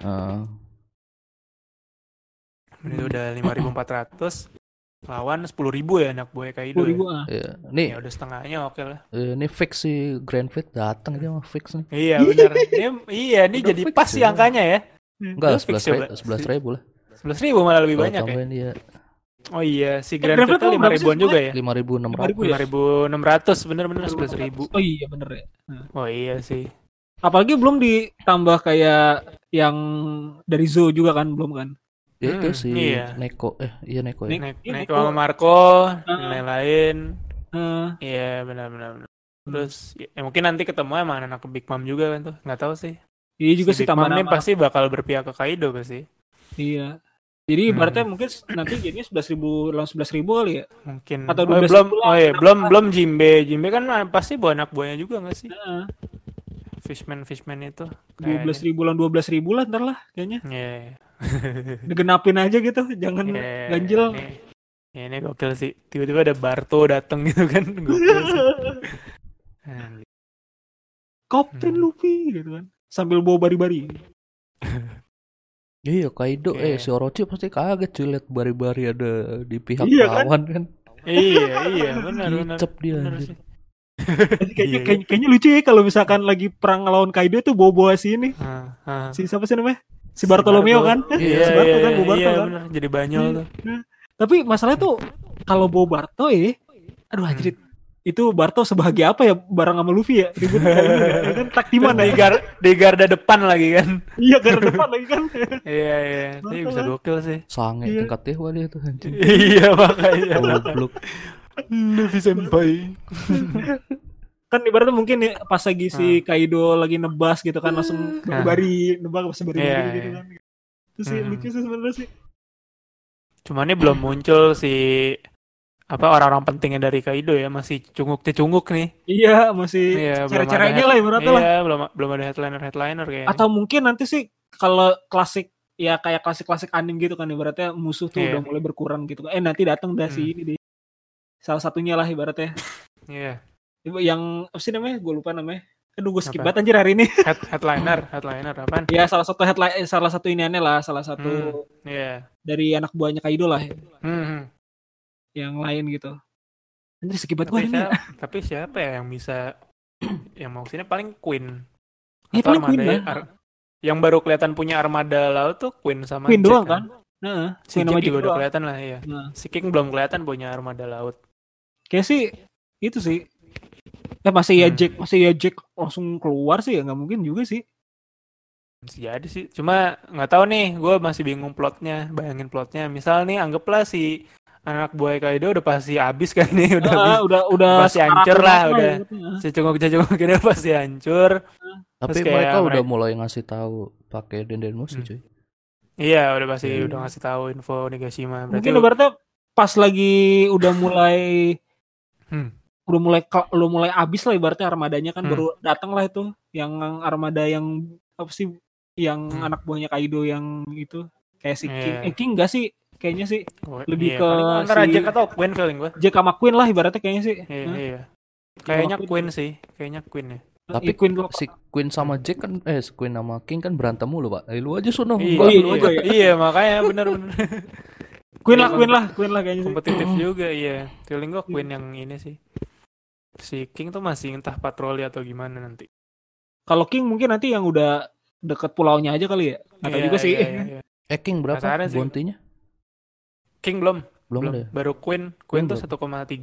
C: Ini udah 5.400 lawan 10.000 ya anak buaya Kaido.
A: 10.000
B: Iya. Nih.
C: Ya udah setengahnya oke lah.
B: Ini fix si Grand Fleet datang dia mah fix nih.
C: Iya benar. Ini jadi pas sih angkanya ya.
B: Enggak, 11.000 lah.
C: 11.000 malah lebih banyak ya.
B: Dia.
C: Oh iya, si Grand Fleet 5.000-an juga ya.
B: 5.600.
C: 5.600 bener-bener 11.000.
A: Oh iya bener ya.
C: Oh iya sih.
A: Apalagi belum ditambah kayak yang dari Zoo juga kan, belum kan?
B: Ya itu si Neko. Neko ya.
C: Neko sama Marco, lain-lain. Iya benar. Terus ya mungkin nanti ketemu sama anak Big Mom juga kan tuh, nggak tahu sih.
A: Iya juga
C: si
A: sih
C: Big Mom ini pasti bakal berpihak ke Kaido pasti.
A: Iya. Jadi ibaratnya mungkin nanti jadinya 11.000 kali ya?
C: Mungkin.
A: Atau
C: belum Jimbe. Jimbe kan pasti anak buahnya juga nggak sih? Fishman itu.
A: 12.000 lawan 12.000 lah ntar lah kayaknya.
C: Iya.
A: Digenapin aja gitu, jangan ganjil.
C: Ini gokil sih. Tiba-tiba ada Barto datang gitu kan. Gokil sih.
A: Kapten Luffy gitu kan. Sambil bawa bari-bari.
B: Iya Kaido si Orochi pasti kaget cuy lihat bari-bari ada di pihak lawan kan.
C: Iya benar.
B: Cep dia.
A: Kayaknya lucu ya kalau misalkan lagi perang lawan Kaido tuh bawa si ini. Si siapa sih namanya? Si Bartolomeo kan?
C: Iya,
A: si Barto kan,
C: Barto kan. Bener. Jadi Banyol tuh.
A: Tapi masalahnya tuh kalau bawa Barto aduh anjir. Itu Barto sebahagia apa ya bareng sama Luffy ya? Ribut ya kan taktiman
C: di garda depan lagi kan.
A: Iya, garda depan lagi kan.
C: Iya. Tapi bisa gokil sih.
B: Sange tingkat dewa dia tuh anjing.
C: Iya makanya.
B: Goblok.
C: Luffy senpai.
A: Kan ibaratnya mungkin ya pas lagi si Kaido lagi nebas gitu kan langsung nebak gitu kan. Itu sih lucu sih sebenarnya sih.
C: Cuman ini belum muncul si orang-orang pentingnya dari Kaido ya, masih cunguk nih.
A: Iya, masih cara-caranya lah ibaratnya lah.
C: Iya, belum ada headliner kayaknya.
A: Atau mungkin nanti sih kalau klasik ya kayak klasik anime gitu kan ibaratnya musuh tuh udah mulai berkurang gitu. Nanti datang dari si ini deh. Salah satunya lah ibaratnya.
C: Iya.
A: Yang apa sih namanya? Gue lupa namanya. Aduh, gue skip banget anjir hari ini.
C: Headliner apaan?
A: Ya salah satu iniannya lah, salah satu dari anak buahnya Kaido lah. Yang lain gitu. Anjir skip banget gue hari ini.
C: Tapi siapa ya yang bisa yang mau kesini paling Queen.
A: Iya paling Queen lah.
C: Yang baru kelihatan punya armada laut tuh Queen sama
A: Queen
C: Jack
A: doang kan?
C: Si Jack juga udah kelihatan lah ya. Si King belum kelihatan punya armada laut.
A: Kayak sih itu sih. Masih ya Jack langsung keluar sih ya nggak mungkin juga sih.
C: Jadi sih, cuma nggak tahu nih, gue masih bingung plotnya, bayangin plotnya. Misal nih, anggaplah si anak buah Kaido udah pasti habis kan nih, udah pasti hancur lah, udah si cunguk ini pasti hancur.
B: Tapi mereka udah mulai ngasih tahu pakai Dendenmushi cuy.
C: Iya, udah pasti udah ngasih tahu info Nigashima.
A: Mungkin berarti pas lagi udah mulai udah mulai habis lah ibaratnya armadanya kan baru datang lah itu yang armada yang apa sih yang anak buahnya Kaido yang itu kayak si King enggak sih kayaknya sih lebih ke
C: antara Jack atau Queen feeling gue.
A: Jack sama Queen lah ibaratnya kayaknya sih.
C: Iya. Kayaknya Queen sih, kayaknya Queen ya.
B: Tapi si Queen sama Jack kan Queen sama King kan berantem mulu Pak. Lu aja sono.
C: Iya, makanya benar.
A: Queen lah kayaknya.
C: Kompetitif juga iya. Feeling gue Queen yang ini sih. Si King tuh masih entah patroli atau gimana nanti.
A: Kalau King mungkin nanti yang udah deket pulaunya aja kali ya. Atau juga sih.
C: Iya.
B: King berapa bounty-nya?
C: King belum.
B: Ada.
C: Baru Queen tuh 1,3.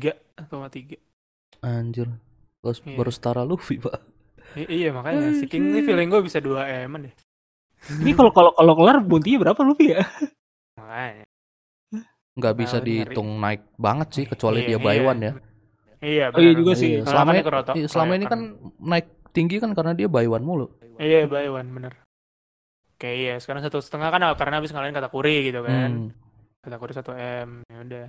B: Anjir. Baru setara Luffy, Pak.
C: Iya, makanya si King ini feeling gue bisa 2 M deh.
A: Ini kalau kelar bounty-nya berapa Luffy ya?
C: Makanya.
B: Nggak bisa dihitung naik banget sih kecuali dia buy one ya.
C: Iya, benar.
A: Iya juga sih.
B: Selama ini kan naik tinggi kan karena dia buy one mulu.
C: Iya, buy one bener. Oke, iya. Sekarang 1,5 kan karena habis ngalahin Katakuri gitu kan. Katakuri 1 M. Ya udah.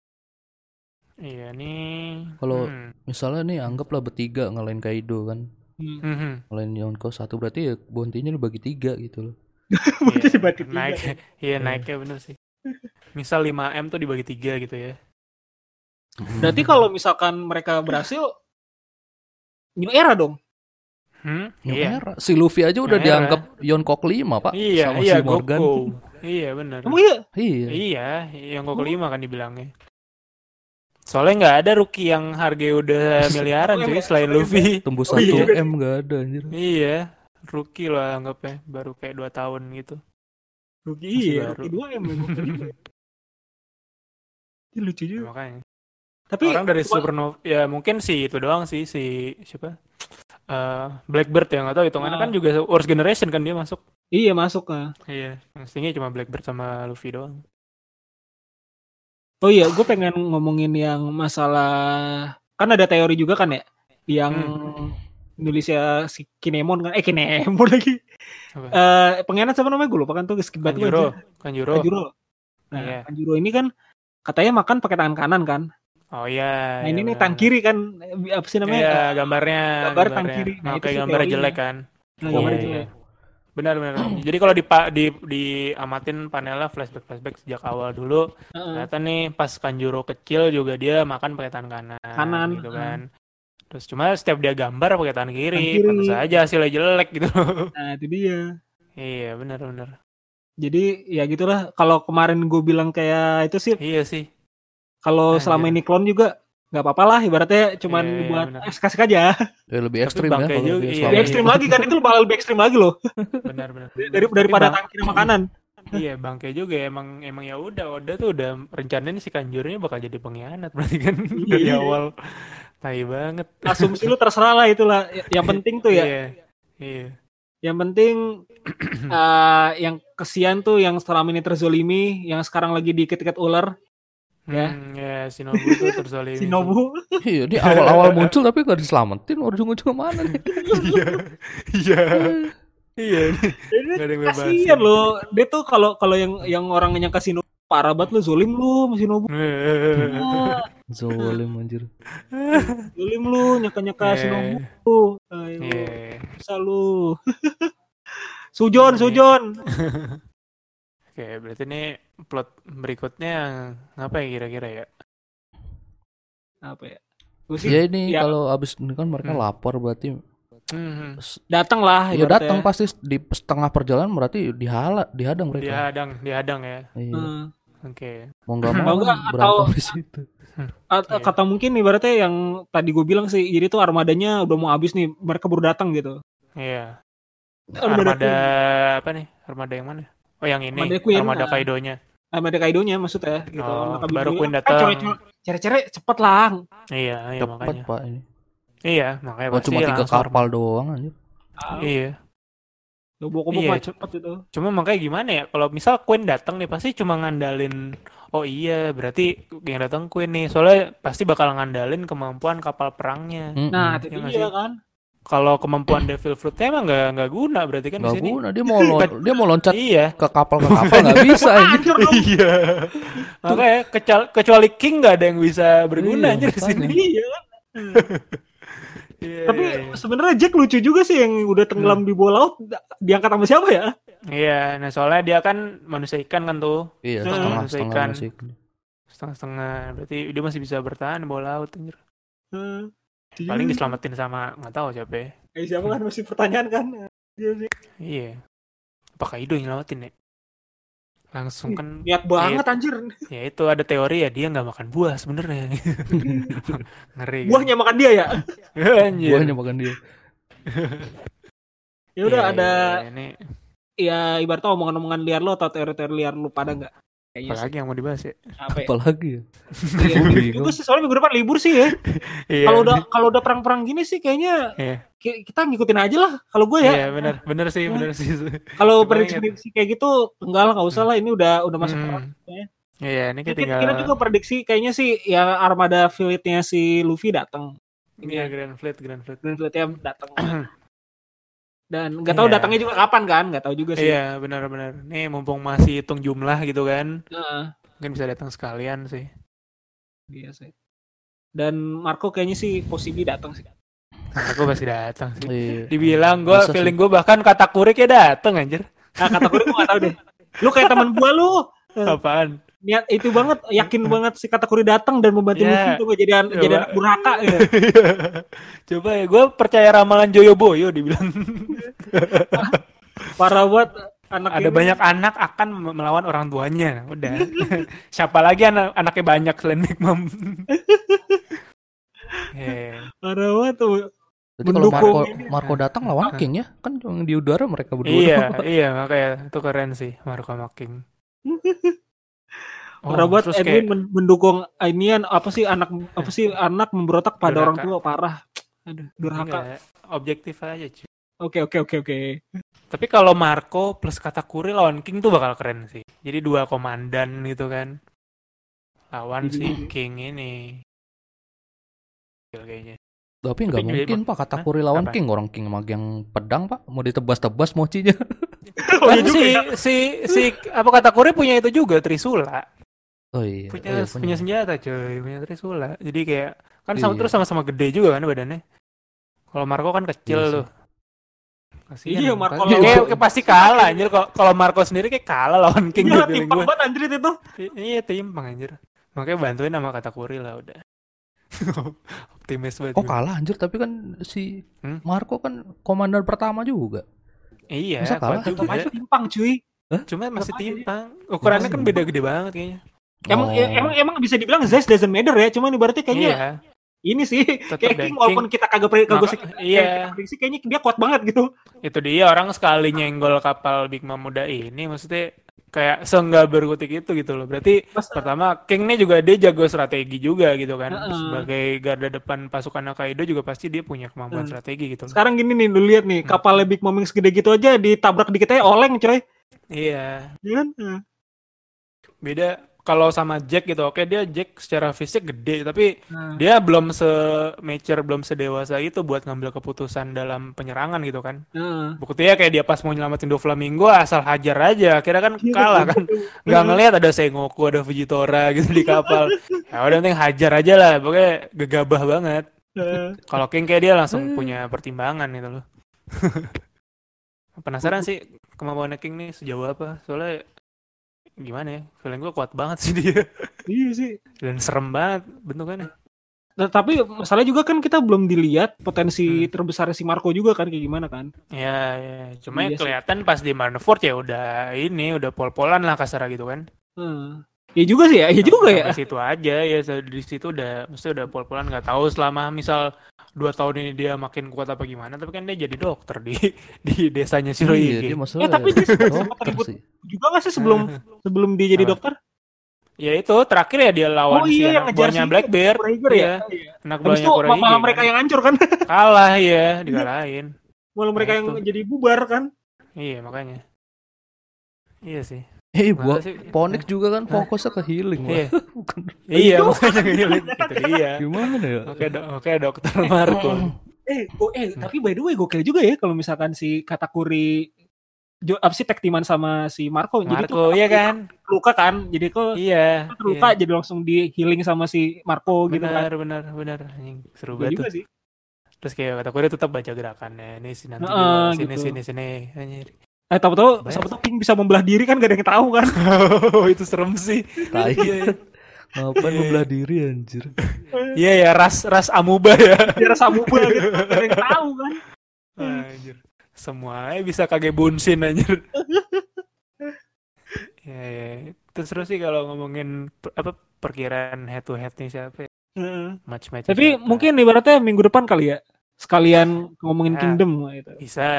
C: Iya nih.
B: Kalau misalnya nih anggaplah bertiga ngalahin Kaido kan. Lain Yonko 1 berarti ya bounty-nya dibagi 3 gitu loh.
A: Berarti dibagi 3.
C: Naik. Iya, naiknya bener sih. Misal 5M tuh dibagi 3 gitu ya.
A: Berarti kalau misalkan mereka berhasil new era dong.
B: New
C: Iya.
B: era. Si Luffy aja udah
C: New era.
B: dianggap Yonko kelima, Pak.
C: Iya,
B: sama
C: iya,
B: si Morgan.
C: Goku. Iya, benar.
A: Emang iya?
B: Iya.
C: Iya, yang Goku kelima kan dibilangnya. Soalnya nggak ada rookie yang harganya udah miliaran cuy selain Luffy.
B: Tembus
A: Oh, iya
B: 1M nggak ada anjir.
C: Iya, rookie lah anggapnya, baru kayak 2 tahun gitu.
A: Rookie
C: Masih
A: iya,
C: baru.
A: Rookie 2 M. Ini lucu
C: Ya,
A: juga.
C: makanya.
A: Tapi
C: Orang dari Supernova ya mungkin sih itu doang sih si siapa? Blackbird ya nggak tahu hitungannya kan juga Worst Generation kan dia masuk.
A: iya masuk kan.
C: Iya, mestinya cuma Blackbird sama Luffy doang.
A: Oh iya, gue pengen ngomongin yang masalah kan ada teori juga kan ya yang nulisnya si Kinemon kan Kinemon lagi. Pengkhianat siapa namanya gue lupa kan tuh skip banget gue. Kanjuro. Nah,
C: Iya.
A: Kanjuro ini kan katanya makan pakai tangan kanan kan.
C: Oh iya.
A: Nah, ini nih tangan kiri kan apa sih namanya?
C: Iya, gambar tangan kiri.
A: Nah,
C: kayak gambarnya jelek kan.
A: Nah, gambarnya jelek.
C: Benar. Jadi kalau diamatin panelnya flashback sejak awal dulu, ternyata nih pas Kanjuro kecil juga dia makan pakai tangan kanan gitu kan. Terus cuma setiap dia gambar pakai tangan kiri. Pantas aja hasilnya jelek gitu.
A: Nah, itu dia.
C: Iya, benar.
A: Jadi ya gitulah. Kalau kemarin gue bilang kayak itu sih.
C: Iya sih.
A: Kalau selama ini klon juga nggak apa-apa lah. Ibaratnya cuman buat kasih aja.
B: Ya, lebih ekstrim ya. Kalau
A: lebih ekstrim lagi kan itu malah lebih ekstrim lagi loh.
C: Benar.
A: Daripada tangan kiri makanan.
C: Iya, bangke juga emang ya udah tuh udah rencanain si Kanjuro-nya bakal jadi pengkhianat berarti kan dari awal. Tai banget.
A: Asumsi lu terserah lah itulah. Yang penting tuh ya.
C: Iya.
A: Yang penting yang kesian tuh yang selama ini terzolimi, yang sekarang lagi diikat-ikat ular.
C: Ya, Shinobu tuh terzolimi.
A: Shinobu.
B: Iya, dia awal-awal muncul tapi gak diselamatin, ujung-ujung mana nih?
C: Iya. Gak ada yang bebas.
A: Kasian loh. Dia tuh kalau yang orang nyangka Shinobu parah banget lu, zolim lu sama Shinobu.
B: Zolim anjir.
A: Zolim lu nyangka Shinobu. Bisa lu. Sujon.
C: Oke, berarti ini plot berikutnya apa ya kira-kira ya?
A: Apa ya?
B: Ya ini kalau abis ini kan mereka lapor berarti
A: datang lah.
B: Ya datang pasti di setengah perjalanan berarti dihadang mereka.
C: Dihadang ya.
B: Iya.
C: Oke.
B: Mau nggak mau berantem di situ.
A: Kata mungkin ibaratnya yang tadi gue bilang sih, jadi tuh armadanya udah mau habis nih, mereka baru datang gitu.
C: Iya. Armada apa nih? Armada yang mana? Oh yang ini, Armada Kaido-nya.
A: Armada Kaido-nya maksudnya gitu.
C: Baru Queen datang.
A: Cere-cere cepet lah.
C: Iya
B: cepet,
C: makanya.
B: Pak ini.
C: Iya, makanya pasti
B: cuma 3 kapal doang aja.
C: Iya.
A: Bobok-bobok cepet itu.
C: Cuma makanya gimana ya? Kalau misal Queen datang nih pasti cuma ngandalin berarti yang datang Queen nih. Soalnya pasti bakal ngandalin kemampuan kapal perangnya.
A: Nah, itu dia kan.
C: Kalau kemampuan Devil Fruit-nya emang nggak guna berarti kan di sini.
B: Nggak guna, dia mau loncat ke kapal nggak bisa aja.
C: Iya. Makanya kecuali King nggak ada yang bisa berguna aja di sini.
A: Iya. Tapi sebenarnya Jack lucu juga sih yang udah tenggelam di bawah laut diangkat sama siapa ya?
C: Iya, nah soalnya dia kan manusia ikan kan tuh.
B: Iya,
C: setengah. Berarti dia masih bisa bertahan di bawah laut anjir. Paling diselamatin sama nggak tahu siapa ya.
A: Siapa kan masih pertanyaan kan?
C: Iya. Apa Kaido yang nyelamatin ya? Langsung kan.
A: Niat banget anjir.
C: Ya itu ada teori ya dia nggak makan buah sebenarnya. Ngeri.
A: Buahnya makan dia ya?
B: Buahnya makan dia.
A: Ya udah ada. Ini. Ya ibaratnya omongan-omongan liar lo atau teori-teori liar lo pada nggak?
C: Apalagi yang mau dibahas ya?
B: Apalagi ya?
A: Gue sih soalnya minggu depan libur sih ya. Kalau udah perang-perang gini sih kayaknya kita ngikutin aja lah. Kalau gue ya.
C: Iya benar sih.
A: Kalau prediksi kayak gitu enggak lah, nggak usah lah. Ini udah masuk perang.
C: Iya ini kita
A: juga prediksi kayaknya sih ya armada fleet-nya si Luffy datang.
C: Iya Grand Fleet
A: ya datang. Dan nggak tahu datangnya juga kapan kan, nggak tahu juga sih.
C: Iya benar. Nih mumpung masih hitung jumlah gitu kan, mungkin bisa datang sekalian sih.
A: Iya sih. Dan Marco kayaknya sih possibly datang sih.
C: Marco pasti datang sih.
B: Iya.
C: Dibilang gue
B: Masa
C: feeling gue bahkan Katakuri kayak dateng anjir.
A: Nah, Katakuri gue gak tahu deh. Lu kayak teman gue lu.
C: Apaan?
A: Niat itu banget, yakin banget si Katakuri datang dan membantu Luffy tuh jadi anak durhaka ya.
C: Coba ya, gue percaya ramalan Joyoboyo dibilang.
A: Parah banget.
C: Ada banyak anak akan melawan orang tuanya. Udah. Siapa lagi anaknya banyak selain Big Mom?
A: Parah banget tuh.
B: Jadi kalau Marco datang lawan King ya, kan di udara mereka berdua.
C: Iya makanya itu keren sih Marco sama King.
A: Parah banget Edwin mendukung inian apa sih anak memberontak pada orang tua, parah. Aduh, durhaka.
C: Objektif aja cuy.
A: Oke.
C: Tapi kalau Marco plus Katakuri lawan King tuh bakal keren sih. Jadi 2 komandan gitu kan. Lawan si King ini. Kayaknya.
B: Tapi nggak mungkin Pak Katakuri lawan King. Orang King magang pedang Pak. Mau ditebas-tebas mochinya.
C: Kan si apa Katakuri punya itu juga Trisula.
B: Oh iya.
C: Punya senjata coy. Punya Trisula. Jadi kayak kan terus sama-sama gede juga kan badannya. Kalau Marco kan kecil tuh. Kasian,
A: iya Marco
C: kayak pasti kalah anjir. Kalau Marco sendiri kayak kalah lawan King.
A: Iya timpang banget anjir itu.
C: Iya timpang anjir. Makanya bantuin sama Katakuri lah udah. Optimis banget.
B: Kok kalah anjir, tapi kan si Marco kan komandan pertama juga.
C: Iya.
B: Masa kalah?
A: Masih timpang cuy.
C: Cuma masih timpang. Ukurannya kan beda gede banget kayaknya.
A: Emang bisa dibilang size doesn't matter ya. Cuman ibaratnya kayaknya ini sih kayak King walaupun kita kagak prediksi kayaknya dia kuat banget gitu.
C: Itu dia orang sekali nyenggol kapal Big Mom muda ini maksudnya kayak seenggak berkutik itu gitu loh. Berarti pertama King nih juga dia jago strategi juga gitu kan. Sebagai garda depan pasukan Kaido juga pasti dia punya kemampuan strategi gitu loh.
A: Sekarang gini nih lu lihat nih kapalnya Big Mom yang segede gitu aja ditabrak dikit aja oleng coy.
C: Iya.
A: Kan?
C: Beda kalau sama Jack gitu, oke dia Jack secara fisik gede, tapi dia belum se-mature, belum sedewasa itu buat ngambil keputusan dalam penyerangan gitu kan. Buktinya kayak dia pas mau nyelamatin Doflamingo asal hajar aja, akhirnya kan kalah kan. Nggak ngelihat ada Sengoku, ada Fujitora gitu di kapal. Ya udah penting hajar aja lah, pokoknya gegabah banget. Kalau King kayak dia langsung punya pertimbangan gitu loh. Penasaran sih kemampuan King nih sejauh apa, soalnya gimana ya, feeling gue kuat banget sih dia.
A: Iya sih.
C: Dan serem banget bentukannya.
A: Nah, tapi masalahnya juga kan kita belum dilihat potensi terbesar si Marco juga kan kayak gimana kan.
C: Ya. Cuma kelihatan pas di Marineford ya udah pol-polan lah kasar gitu kan.
A: Iya juga sih ya, iya juga ya.
C: Di situ aja ya, di situ udah pol-polan, nggak tahu selama misal 2 tahun ini dia makin kuat apa gimana, tapi kan dia jadi dokter di desanya Shirohige.
A: Iya, tapi dia sempat ribut juga nggak sih sebelum dia jadi dokter?
C: Ya itu terakhir ya dia lawan si anak buahnya Blackbeard. Iya. Anak buahnya Kurohige.
A: Malah mereka yang hancur kan?
C: Kalah ya, dikalahin.
A: Malah mereka yang jadi bubar kan?
C: Iya makanya. Iya sih.
B: Buat Ponix juga kan fokusnya ke healing.
C: Iya. Iya, makanya ke healing. Itu dia.
B: Gimana ya?
C: Oke, Dokter Marco.
A: Tapi by the way gokil juga ya kalau misalkan si Katakuri tag teaman sama si Marco. Jadi tuh
C: iya kan?
A: Luka kan. Jadi kok terluka jadi langsung di healing sama si Marco gitu kan.
C: Benar. Seru banget tuh. Sih. Terus kayak Katakuri tetap baca gerakannya. Ini sih nanti sini anjir.
A: Tahu-tahu King bisa membelah diri kan gak ada yang tahu kan.
C: Itu serem sih.
B: Ngapain membelah diri anjir.
C: Iya ya, ras amuba ya.
A: Ras amuba gitu. Gak ada yang tahu kan.
C: Anjir. Semuanya bisa kage bunsin anjir. Ya. Terus sih kalau ngomongin apa perkiraan head to head nih siapa ya? Match-match.
A: Tapi mungkin ibaratnya minggu depan kali ya. Sekalian ngomongin Kingdom gitu.
C: Bisa.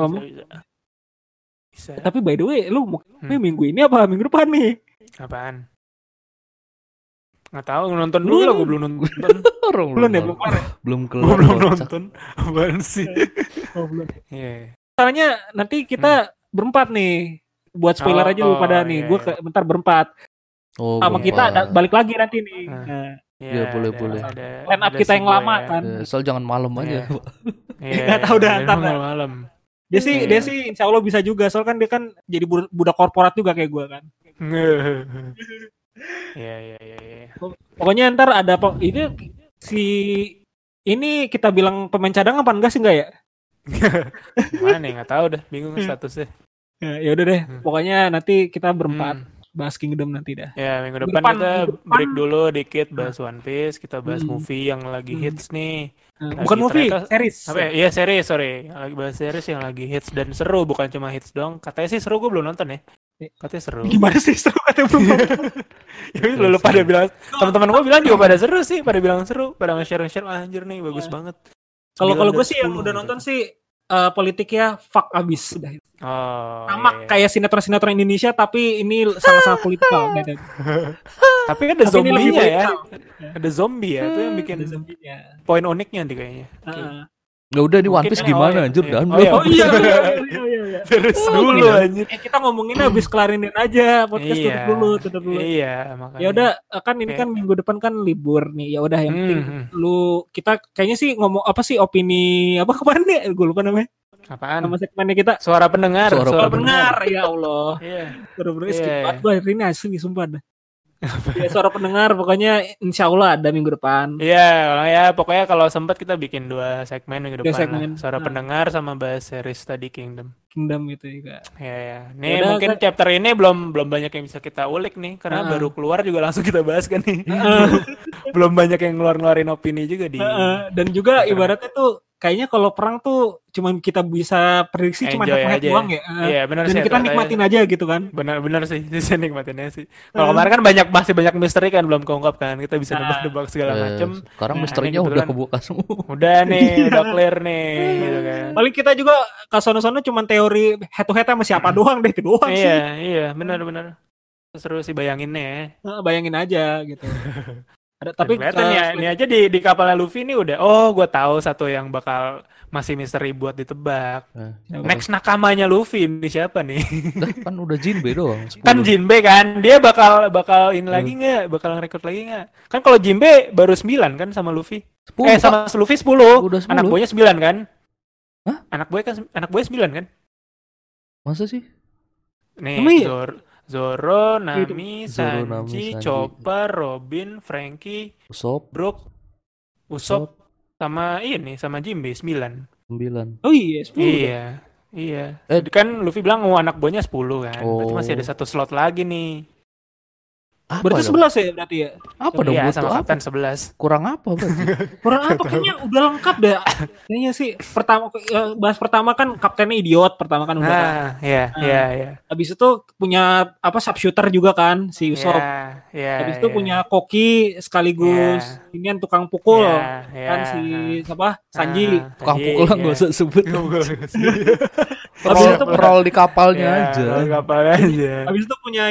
A: Tapi by the way, lu minggu ini apa minggu depan nih?
C: Apaan? Nggak tahu, nonton dulu lah, gue belum nonton.
B: Belum
C: kelar. Belum nonton. Apaan sih?
A: Belum. Iya. Caranya nanti kita berempat nih. Buat spoiler aja lu pada nih. Gue bentar berempat. Sama kita balik lagi nanti nih.
B: Iya boleh.
A: Line up kita yang lama kan.
B: Soal jangan malam aja.
A: Nggak tahu dah ntar
C: malam.
A: Dia sih insya Allah bisa juga. Soalnya kan dia kan jadi budak korporat juga kayak gue kan.
C: Iya.
A: Pokoknya ntar ada ini si Ini kita bilang pemain cadangan apa enggak sih enggak ya?
C: Mana nih nggak tahu dah, bingung statusnya.
A: Ya udah deh, pokoknya nanti kita berempat bahas Kingdom nanti dah.
C: Ya minggu depan kita break dulu dikit bahas One Piece, kita bahas movie yang lagi hits nih.
A: Bukan movie, series.
C: Apa ya? Iya series, sorry. Lagi bahas series yang lagi hits dan seru, bukan cuma hits dong. Katanya sih seru, gue belum nonton ya. Katanya seru.
A: Gimana sih seru katanya belum nonton?
C: Ya lu pada bilang, teman-teman gue bilang juga pada seru sih, pada bilang seru, pada nge-share anjir nih bagus banget.
A: Kalau gue sih yang udah nonton sih politiknya fuck abis udah. Sama kayak sinetron Indonesia tapi ini sama-sama politikal.
C: Tapi kan ada zombinya ya. Ada zombie ya, itu yang bikin poin uniknya nanti kayaknya.
B: Nggak udah di One Piece gimana anjir dan
A: iya.
C: Terus dulu anjir.
A: Kita ngomongin habis klarinin aja podcast tutup dulu.
C: Iya, makanya.
A: Ya udah kan ini kan minggu depan kan libur nih. Ya udah yang penting lu kita kayaknya sih ngomong apa sih opini apa kemarin nih? Gue lupa namanya.
C: Apaan?
A: Nama segmennya kita
C: Suara pendengar.
A: Suara pendengar. Ya Allah.
C: Iya.
A: Suara pendengar skip banget gue hari ini asli sumpah dah. Ya, suara pendengar pokoknya insya Allah ada minggu depan.
C: Iya, pokoknya kalau sempat kita bikin 2 segmen minggu depan. Suara pendengar sama bahas series tadi Kingdom
A: gitu juga.
C: Ya. Nih yaudah, mungkin chapter ini belum banyak yang bisa kita ulik nih karena baru keluar juga langsung kita bahas kan nih. Belum banyak yang ngeluarin opini juga di. Dan
A: juga ibaratnya tuh kayaknya kalau perang tuh cuma kita bisa prediksi cuma head doang ya.
C: Iya, benar sih.
A: Dan kita nikmatin aja gitu kan.
C: Benar sih, bisa nikmatin aja sih. Kalau kemarin kan masih banyak misteri kan belum keungkap kan. Kita bisa nebak-nebak segala macam.
B: Sekarang misterinya udah kebuka semua.
C: Udah nih, udah clear nih gitu kan.
A: Paling kita juga ke sono-sono cuma teori head to head sama siapa doang deh, itu doang sih.
C: Iya, benar. Seru sih bayanginnya.
A: Bayangin aja gitu. Tapi
C: ini aja di kapalnya Luffy ini udah gue tahu satu yang bakal masih misteri buat ditebak. Next nakamanya Luffy ini siapa nih?
B: Kan udah Jinbe doang. 10.
C: Kan Jinbe kan dia bakal ini lagi nggak? Bakal ngerekrut lagi nggak? Kan kalau Jinbe baru 9 kan sama Luffy. 10, sama Luffy 10.
B: Udah 10.
C: Anak buahnya 9 kan?
B: Hah?
C: Anak buahnya 9 kan?
B: Masa sih?
C: Nih Zoro, Nami, Sanji, Chopper, Robin, Frankie, Brook, Usopp, sama Jinbe 9.
A: Oh iya 10.
C: Iya. Kan Luffy bilang anak buahnya 10 kan. Berarti masih ada 1 slot lagi nih.
A: Berarti 11 ya berarti ya?
B: Apa dong?
C: Iya, sama Kapten 11.
B: Kurang apa berarti?
A: Kurang apa? Kayaknya udah lengkap deh. Kayaknya sih bahas pertama kan kaptennya idiot pertama kan udah.
C: Iya.
A: Habis itu punya sharpshooter juga kan si Usopp. Habis itu punya koki sekaligus ini yang tukang pukul kan si Sanji.
B: Tukang pukul enggak usah sebut. Habis itu roll di kapalnya aja.
A: Habis itu punya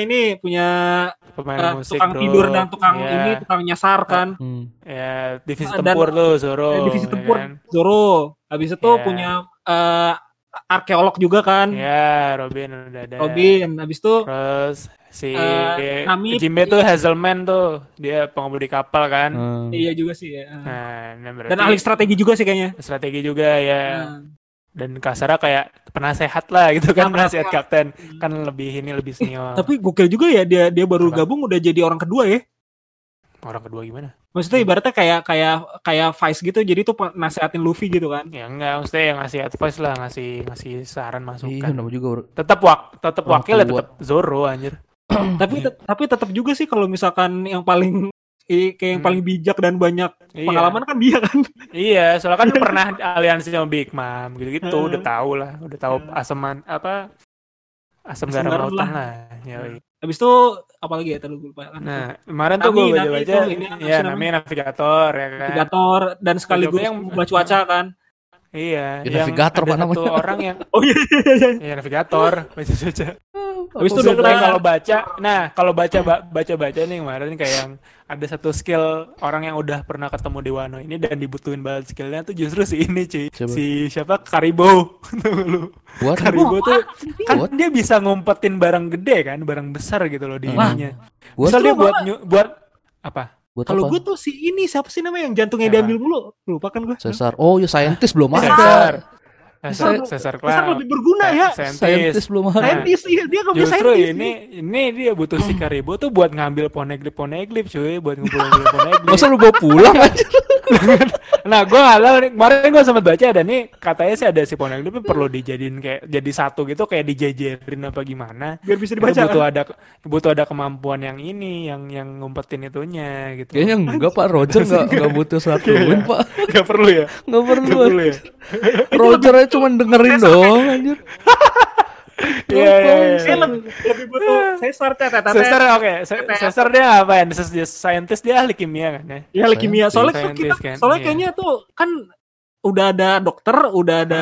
C: pemain musik,
A: tukang tidur dan tukang nyasar kan.
C: Ya, divisi tempur tuh Zoro.
A: Divisi tempur kan? Zoro. Habis itu punya arkeolog juga kan.
C: Ya, Robin udah ada.
A: Habis itu
C: terus si
A: Nami
C: Jinbe tuh Hazelman tuh. Dia pengemudi kapal kan.
A: Iya juga sih ya.
C: Dan
A: ahli strategi juga sih kayaknya.
C: Strategi juga ya. Dan kasarnya kayak penasehat lah gitu kan, penasehat kapten kan lebih senior.
A: Tapi gokil juga ya dia baru gabung udah jadi orang kedua ya.
C: Orang kedua gimana?
A: Maksudnya ibaratnya kayak Vice gitu, jadi tuh nasehatin Luffy gitu kan?
C: Ya enggak, maksudnya yang ngasih advice lah, ngasih saran masukan.
B: Iya, nama juga.
C: Tetap wakil ya tetap Zoro anjir.
A: tapi tetap juga sih kalau misalkan yang paling kayak yang paling bijak dan banyak pengalaman kan dia kan.
C: Iya, soalnya kan pernah aliansi sama Big Mom gitu-gitu, udah tahu asam garam lautan lah. Ya.
A: Habis itu apalagi ya tadi gue lupa kan.
C: Nah, kemarin tuh gue baca namanya navigator ya kan.
A: Navigator dan sekaligus yang membaca cuaca kan.
C: Iya,
B: navigator
C: ada satu orang yang iya navigator baca cuaca. Habis itu kalau baca nih kemarin kayak yang ada satu skill orang yang udah pernah ketemu di Wano ini dan dibutuhin banget skillnya tuh justru si ini cuy. Si siapa? Karibo. Karibo tuh kan dia bisa ngumpetin barang gede kan, barang besar gitu loh di ininya. Misal dia buat apa?
A: Kalau gue tuh si ini siapa sih namanya yang jantungnya diambil mulu? Lupa kan gue.
B: Cesar. Oh ya saintis belum ada.
C: Cesar
A: lebih berguna ya.
B: Saintis belum ada.
A: Saintis iya dia nggak bisa
C: justru
A: saintis.
C: ini dia butuh si Karibo tuh buat ngambil poneglyph cuy, buat ngumpulin poneglyph.
B: Masa lu bawa pulang aja?
C: Nah, gue nggak tahu nih. Kemarin gue sempat baca ada nih katanya sih ada si poneglyph perlu dijadiin kayak jadi satu gitu kayak dijejerin apa gimana.
A: Biar bisa
C: Itu
A: dibaca.
C: butuh ada kemampuan yang ini yang ngumpetin itunya gitu.
B: Kayaknya enggak Pak, Roger enggak butuh satuin Pak.
C: Gak perlu ya.
B: Enggak perlu.
C: Gak perlu ya.
B: Roger aja cuma dengerin doang anjir.
C: Iya.
A: Saya lebih butuh Caesar
C: Caesar oke. Caesar dia apa ya? Dia scientist, dia ahli kimia kan ya.
A: ya ahli kimia. Soalnya
C: Scientist kan,
A: soalnya
C: iya.
A: kayaknya tuh kan udah ada dokter, udah ada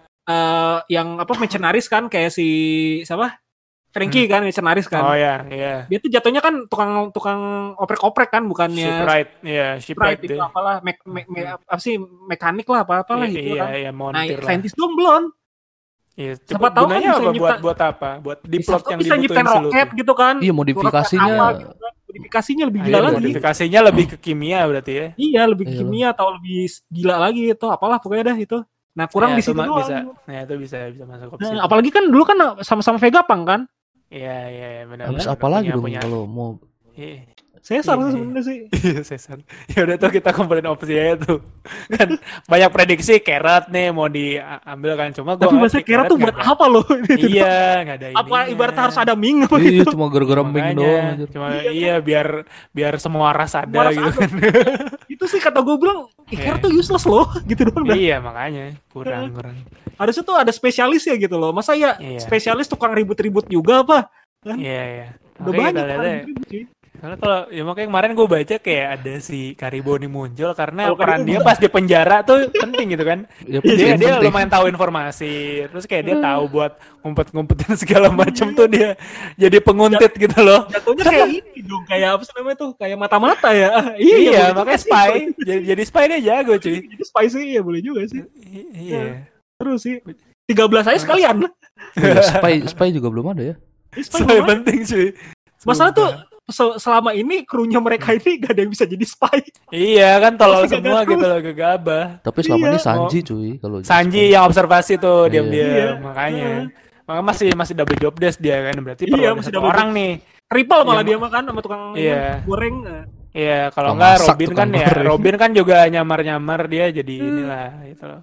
A: yang apa mercenaris kan kayak si siapa? Frankie kan mercenaris kan.
C: Oh ya.
A: Dia tuh jatuhnya kan tukang oprek-oprek kan, bukannya
C: Shipwright, iya, shipwright
A: itu
C: deh.
A: apalah apa sih mekanik lah apa-apalah gitu kan.
C: Iya,
A: Nah,
C: montir lah.
A: saintis dong belum.
C: Iya,
A: Siapa tahu kan
C: gunanya
A: bisa
C: apa buat apa? Buat di
A: bisa
C: plot yang
A: bisa
C: dibutuhin
A: nyiptain
C: si
A: roket
C: Luffy.
A: gitu kan.
B: Iya, modifikasinya.
A: Roket apa gitu kan. Modifikasinya lebih gila lagi.
C: Modifikasinya lebih ke kimia berarti ya.
A: Iya, lebih
B: Iya.
A: kimia atau lebih gila lagi itu apalah pokoknya dah itu. Nah, kurang
C: Ya,
A: di situ doang.
C: bisa. Nah, itu bisa masuk opsi.
A: Nah, apalagi kan dulu kan sama-sama Vegapunk kan.
C: Iya, benar.
B: Habis apa lagi dong kalau mau
C: Iya.
A: Caesar
C: Iya.
A: sebenarnya sih.
C: Iya, Caesar. Ya udah tuh kita kumpulin opsi aja tuh. Kan banyak prediksi Carrot nih mau diambil kan, cuma gua
A: Tapi masa Carrot tuh buat apa loh?
C: Iya, nggak ada
A: Apa
C: ininya.
A: ibaratnya harus ada Ming apa
B: Iya,
A: gitu?
B: cuma gara-gara Ming
C: Makanya,
B: doang anjir.
C: cuma iya biar semua ras ada gitu kan.
A: Itu sih kata gue bilang, Carrot tuh useless loh, gitu doang dah.
C: Iya, makanya kurang.
A: Harusnya tuh ada spesialis ya gitu loh. Masa ya
C: Iya.
A: spesialis tukang ribut-ribut juga apa? Kan?
C: Iya.
A: Udah
C: Makanya
A: banyak
C: kita
A: kan
C: lihat ya.
A: ribut sih.
C: Karena kalau ya makanya kemarin gue baca kayak ada si Kariboni muncul karena
A: Kalau
C: peran
A: Kariboni
C: dia pas di penjara tuh penting gitu kan.
B: Ya,
C: Dia
B: penting.
C: lumayan tahu informasi, terus kayak dia tahu buat ngumpet-ngumpetin segala macam tuh dia jadi penguntit gitu loh.
A: Jatuhnya kayak ini dong, kayak apa sih namanya tuh? Kayak mata-mata ya.
C: Iya, makanya spy. Jadi spy dia jago cuy.
A: Jadi spy sih ya boleh juga sih.
C: Iya.
A: Terus sih 13 aja sekalian.
B: Iya, spy juga belum ada ya.
C: Spy penting cuy.
A: Masalah tuh selama ini krunya mereka ini gak ada yang bisa jadi spy.
C: Iya kan tolol
A: Masih
C: semua
A: gagal
C: gitu loh, gegabah.
B: Tapi selama
A: Iya.
B: ini Sanji cuy kalau
C: Sanji yang observasi tuh
B: Iya.
C: diam-diam
A: Iya.
C: makanya. Maka masih double job desk dia kan, berarti
A: Iya,
C: perlu ada
A: masih
C: satu
A: double
C: orang nih.
A: Triple malah
C: Iya,
A: dia makan sama tukang
C: Iya.
A: goreng.
C: Iya, kalau
B: Tukang
C: enggak
B: masak,
C: Robin
B: tukang
C: kan ya,
B: goreng.
C: Robin kan juga nyamar-nyamar dia jadi inilah gitu loh.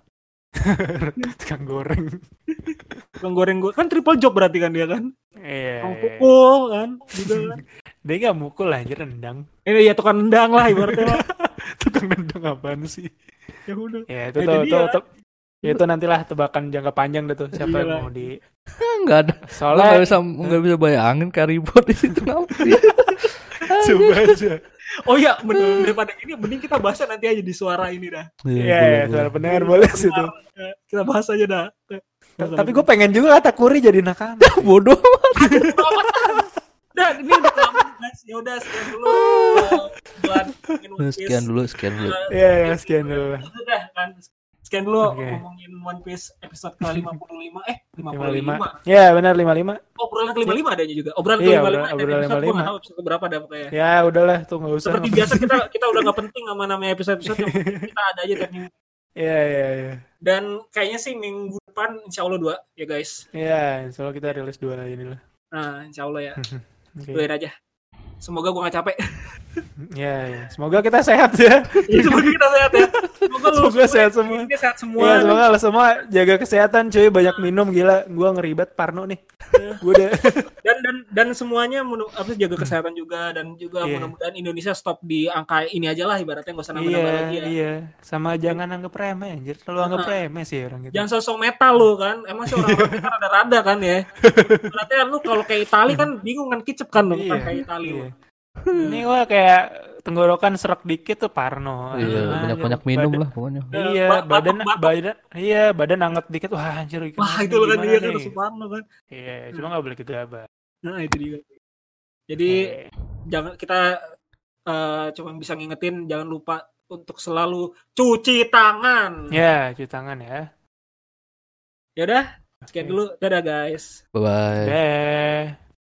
C: Tukang goreng.
A: Tukang goreng kan triple job berarti kan dia kan.
C: Iya.
A: Tukang pukul kan gitu kan.
C: Dia enggak mukul anjir, nendang.
A: Ini ya tukang nendang lah ibaratnya lah.
C: Tukang nendang apaan sih?
A: Ya udah.
C: Ya itu
A: Ya,
C: tuh,
A: jadi ya.
C: ya itu nantilah tebakan jangka panjang deh tuh siapa yang
A: Iyalah.
C: mau di
B: enggak ada.
C: soalnya
B: Enggak bisa bayangin Karibot di situ kenapa dia.
C: coba aja.
A: Oh iya, bener daripada ini mending kita bahas nanti aja di suara ini dah.
C: Iya, suara pendengar boleh sih tuh.
A: Kita bahas aja dah.
C: Tapi gue pengen juga Takuri jadi nakama.
B: Bodoh.
A: Udah, ini udah lama guys. Ya udah sekian dulu. Buat
B: Sekian dulu.
C: Iya, sekian dulu.
A: Udah kan. Sekian dulu
C: Oke.
A: ngomongin One Piece episode ke-55. 55.
C: Ya, benar 55.
A: Obrolan ke-55 adanya juga. Obrolan
C: Iya,
A: ke-55.
C: obrolan
A: Episode gua
C: 55.
A: nggak tahu episode berapa dah pokoknya.
C: Ya, udahlah tuh enggak usah.
A: Seperti biasa kita udah nggak penting sama namanya episode-episode yang penting kita ada aja tiap minggu.
C: Iya.
A: Dan kayaknya sih minggu depan insya Allah 2 ya guys.
C: Iya, soalnya kita rilis 2 lagi nih lah.
A: Nah insya Allah ya.
C: Oke.
A: Doain aja. Semoga gue gak capek.
C: Ya. Semoga kita sehat ya.
A: Ya, semoga kita sehat ya.
C: Semoga sehat semua.
A: Ini sehat semua.
C: Iya, semoga lo semua jaga kesehatan cuy, banyak minum gila. Gua ngeribet Parno nih. Gua udah
A: Dan semuanya jaga kesehatan juga dan juga
C: Iya.
A: mudah-mudahan Indonesia stop di angka ini aja lah ibaratnya nggak usah nambah-nambah lagi ya.
C: Iya. Sama jangan anggap remeh anjir. Terlalu anggap remeh sih orang gitu.
A: Jangan sosok metal lu kan. Emang sih orang metal rada-rada kan ya. Berarti lu kalau kayak Itali kan bingung kan kicep kan lu kan kayak Itali lu.
C: Ini gua kayak tenggorokan serak dikit tuh Parno.
B: Iya, banyak-banyak minum lah pokoknya.
C: Iya,
A: batuk.
C: badan anget dikit. Wah, anjir.
A: Wah, itu kan dia kan
C: nih?
A: Suparno kan.
C: Iya, cuma enggak boleh gegabah.
A: Nah, itu dia. Jadi jangan kita cuma bisa ngingetin jangan lupa untuk selalu cuci tangan.
C: Ya, cuci tangan ya.
A: Ya udah, sekian dulu. Dadah guys.
B: Bye bye.
C: Deh.